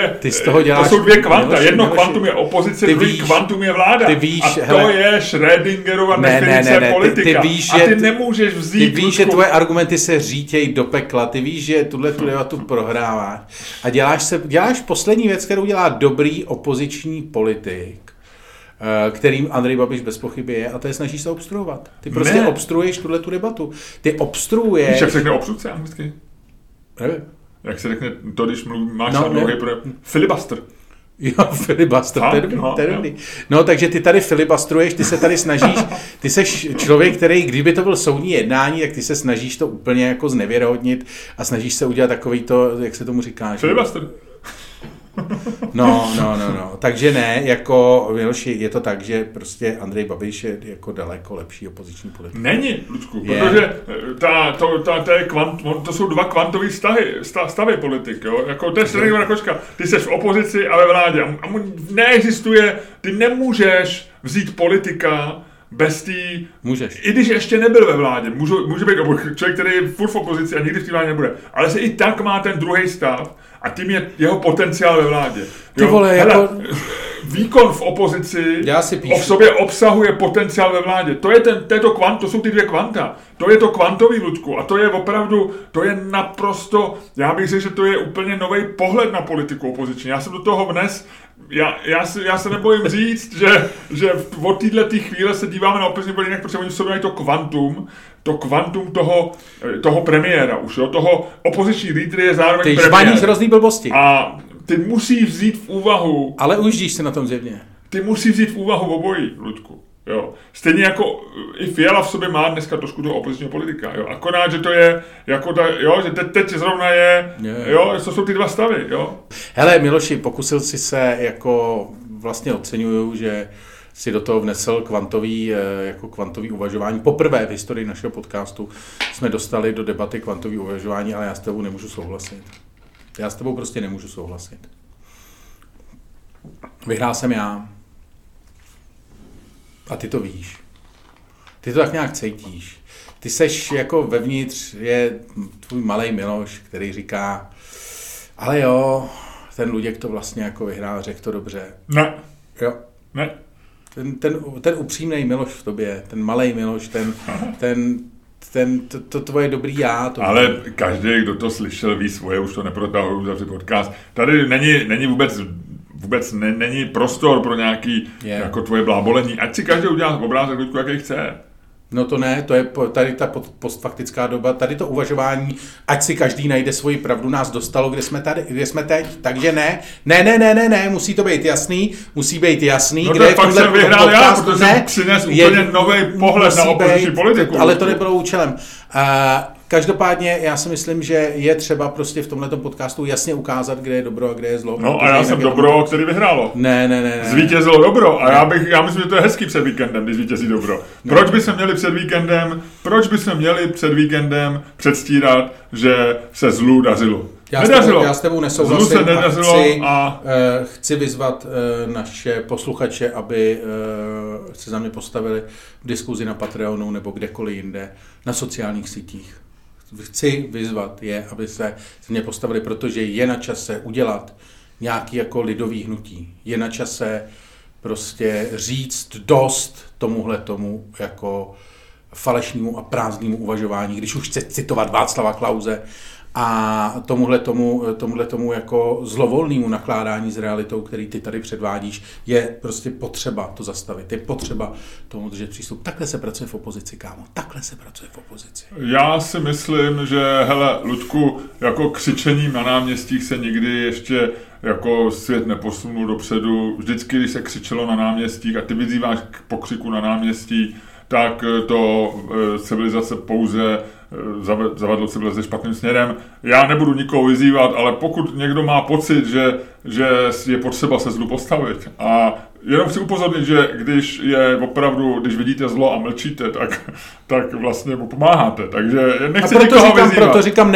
To jsou dvě kvanta. Jedno kvantum je opozice, druhý kvantum je vláda. To je Schrödingerova definice politika. A ty nemůžeš vzít... Ty víš, že tvoje argumenty se řítějí do pekla. Ty víš, že tu debatu prohráváš. A děláš poslední věc, kterou dělá dobrý opoziční politik, kterým Andrej Babiš bez pochyby je, a to je snažíš se obstruovat. Ty prostě obstruuješ tu debatu. Ty obstruuješ... Víš, jak se řekne obstrukce anglicky? Nevím. Jak se řekne to, když máš na dlouhý projev? Filibuster. Jo, filibuster, to je dobrý. No, takže ty tady filibustruješ, ty se tady snažíš, ty seš člověk, který, kdyby to byl soudní jednání, tak ty se snažíš to úplně jako znevěrohodnit a snažíš se udělat takový to, jak se tomu říká. Filibuster. No. Takže ne, jako Miloši, je to tak, že prostě Andrej Babiš je jako daleko lepší opoziční politik. Není, Lučku, protože to jsou dva kvantové stavy politik, jo? Jako to je Schrödingerova kočka. Ty jsi v opozici a ve vládě. A neexistuje, ty nemůžeš vzít politika bez tý... Můžeš. I když ještě nebyl ve vládě. Může být člověk, který je furt v opozici a nikdy v té vládě nebude. Ale se i tak má ten druhý stav a tím je jeho potenciál ve vládě. Ty vole, jako... Výkon v opozici v sobě obsahuje potenciál ve vládě. To jsou ty dvě kvanta. To je to kvantový, Ludku, a to je opravdu, to je naprosto, já bych řekl, že to je úplně nový pohled na politiku opoziční. Já jsem do toho vnes, já se nebojím říct, že od této chvíle se díváme na opoziční politiku, protože oni jsou to kvantum toho premiéra už, jo, toho opoziční lídry je zároveň premiér. Ty žvaníš hrozný blbosti. A ty musí vzít v úvahu... Ale ujíždíš se na tom zjevně. Ty musí vzít v úvahu obojí, Ludku. Jo. Stejně jako i Fiala v sobě má dneska trošku toho opozičního politika. Jo. Akorát, že to je, jako že teď zrovna je, jo, to jsou ty dva stavy. Jo. Hele, Miloši, pokusil si se, jako vlastně oceňuju, že si do toho vnesl kvantový uvažování. Poprvé v historii našeho podcastu jsme dostali do debaty kvantový uvažování, ale já s tebou nemůžu souhlasit. Já s tebou prostě nemůžu souhlasit. Vyhrál jsem já. A ty to víš. Ty to tak nějak cítíš. Ty seš jako vevnitř, je tvůj malej Miloš, který říká, ale jo, ten Luděk to vlastně jako vyhrál, řekl to dobře. Ne. Jo. Ne. Ten upřímnej Miloš v tobě, ten malej Miloš, to tvoje dobrý já. To ale každý, kdo to slyšel, ví svoje, už to neprotahuju za podcast. Tady není vůbec není prostor pro nějaký jako tvoje blábolení. Ať si každý udělá obrázek, jaký chce. No to ne, to je tady ta postfaktická doba, tady to uvažování, ať si každý najde svoji pravdu, nás dostalo, kde jsme teď, takže ne, musí to být jasný, No kde fakt jsem vyhrál já, protože jsem přines úplně nový pohled na opoziční politiku. Ale to nebylo účelem. Každopádně já si myslím, že je třeba prostě v tomhleto podcastu jasně ukázat, kde je dobro a kde je zlo. No a já jsem dobro, který vyhrálo. Ne. Zvítězilo dobro a já myslím, že to je hezký před víkendem, když zvítězí dobro. Proč bychom měli před víkendem předstírat, že se zlu dařilo? Já s tebou nesouhlasím a chci vyzvat naše posluchače, aby se za mě postavili v diskuzi na Patreonu nebo kdekoliv jinde, na sociálních sítích. Chci vyzvat je, aby se za mě postavili, protože je na čase udělat nějaký jako lidový hnutí. Je na čase prostě říct dost tomu jako falešnému a prázdnému uvažování, když už chce citovat Václava Klause, a tomuhle tomu jako zlovolnému nakládání s realitou, který ty tady předvádíš, je prostě potřeba to zastavit. Je potřeba tomu držet přístup. Takhle se pracuje v opozici, kámo. Takhle se pracuje v opozici. Já si myslím, že hele, Luďku, jako křičením na náměstích se nikdy ještě jako svět neposunul dopředu. Vždycky, když se křičelo na náměstích a ty vyzýváš k pokřiku na náměstí, tak to civilizace pouze zavadlo civilizace špatným směrem. Já nebudu nikoho vyzývat, ale pokud někdo má pocit, že je potřeba se zlu postavit a jenom chci upozornit, že když vidíte zlo a mlčíte, tak vlastně mu pomáháte. Takže nechci nikoho vyzývat. Proto říkám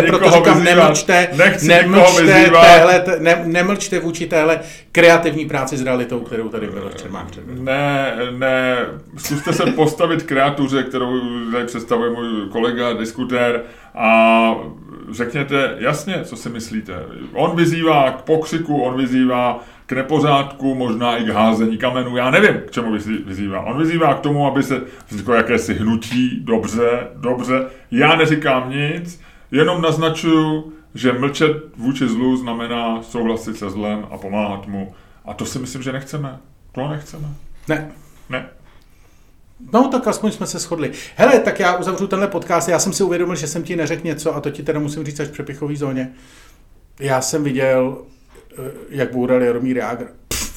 nemlčte vůči téhle kreativní práci s realitou, kterou tady Miloš Čermák předvedl. Ne, zkuste se postavit kreatuře, kterou tady představuje můj kolega, diskutér, a řekněte jasně, co si myslíte. On vyzývá k pokřiku, on vyzývá k nepořádku, možná i k házení kamenů, já nevím, k čemu vyzývá. On vyzývá k tomu, aby se vzniklo jakési hnutí, dobře. Já neříkám nic, jenom naznačuju, že mlčet vůči zlu znamená souhlasit se zlem a pomáhat mu. A to si myslím, že nechceme. To nechceme. Ne. No, tak aspoň jsme se shodli. Hele, tak já uzavřu tenhle podcast. Já jsem si uvědomil, že jsem ti neřekl něco a to ti teda musím říct až v přepichový zóně. Já jsem viděl, jak boural Jaromír Jágr.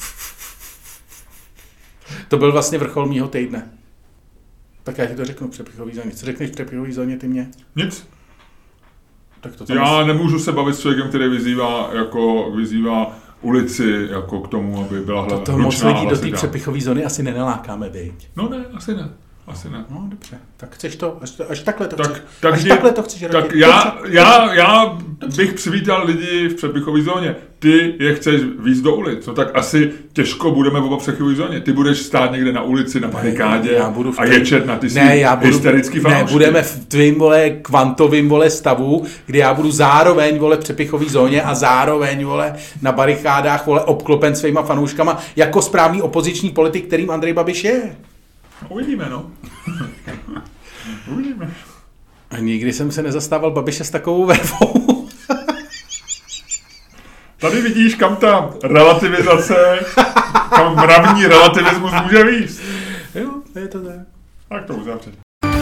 To byl vlastně vrchol mýho týdne. Tak já ti to řeknu v přepichový zóně. Co řekneš v přepichový zóně ty mě? Nic. Tak to já nemůžu se bavit s člověkem, který vyzývá ulici jako k tomu, aby byla hlavně. To moc lidí do té přepichové zóny asi nenalákáme, viď? No ne, asi ne. No dobře, tak chceš to, až takhle to chceš. Takhle to chceš. Tak já bych přivítal lidi v přepichové zóně. Ty je chceš víc do ulic, no tak asi těžko budeme v oba přepichové zóně. Ty budeš stát někde na ulici, na barikádě a ječet na ty hysterický fanoušky. Ne, budeme v tvým kvantovým stavu, kdy já budu zároveň v přepichové zóně a zároveň na barikádách obklopen svýma fanouškama jako správný opoziční politik, kterým Andrej Babiš je. Uvidíme, no. Uvidíme. A nikdy jsem se nezastával Babiše s takovou vervou. Tady vidíš, kam ta relativizace, kam mravní relativismus může víc. Jo, je to tak. Tak to uzavřít.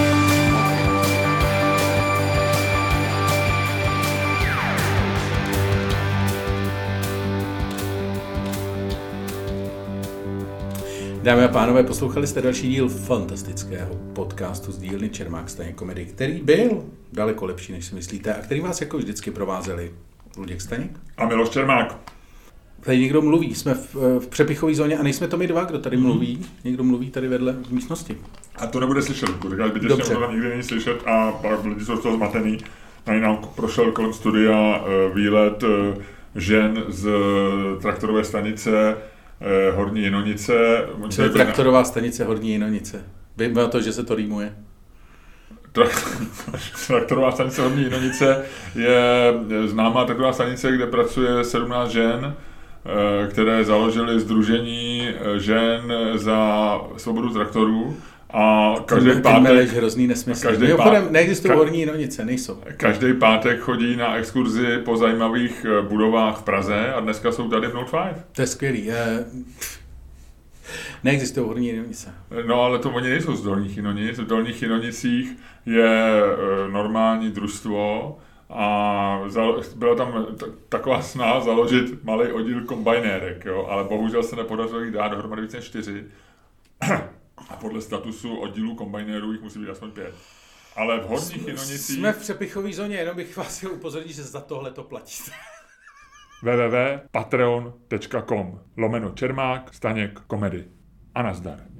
Dámy a pánové, poslouchali jste další díl fantastického podcastu z dílny Čermák Staněk Komedy, který byl daleko lepší, než si myslíte, a který vás jako vždycky provázeli Luděk Staněk a Miloš Čermák. Tady někdo mluví, jsme v přepichové zóně a nejsme to my dva, kdo tady mluví. Někdo mluví tady vedle v místnosti. A to nebude slyšet, protože zbytečně to tam nikdy není slyšet a pak lidi jsou z toho zmatený. Tady nám prošel kolem studia výlet žen z traktorové stanice Horní Jinonice. Co je traktorová stanice Horní Jinonice? Vím na to, že se to rýmuje. Traktorová stanice Horní Jinonice je známá traktorová stanice, kde pracuje 17 žen, které založily sdružení žen za svobodu traktorů. A každý pátek... hrozný nesmysl. Mimochodem, neexistují Horní Jinonice, nejsou. Každý pátek chodí na exkurzi po zajímavých budovách v Praze a dneska jsou tady v Note 5. To je skvělý. Neexistují Horní Jinonice. No, ale to oni nejsou z Dolních Jinonic. V Dolních Jinonicích je normální družstvo a byla tam taková snaha založit malý oddíl kombajnérek, jo? Ale bohužel se nepodařilo jich dát dohromady více než 4. A podle statusu oddílů kombajnérů jich musí být aspoň 5. Ale v Horních Jinonicích... Jsme v přepichové zóně, jenom bych vás chtěl upozornit, že za tohle to platíte. www.patreon.com/Čermák Staněk komedy. A nazdar.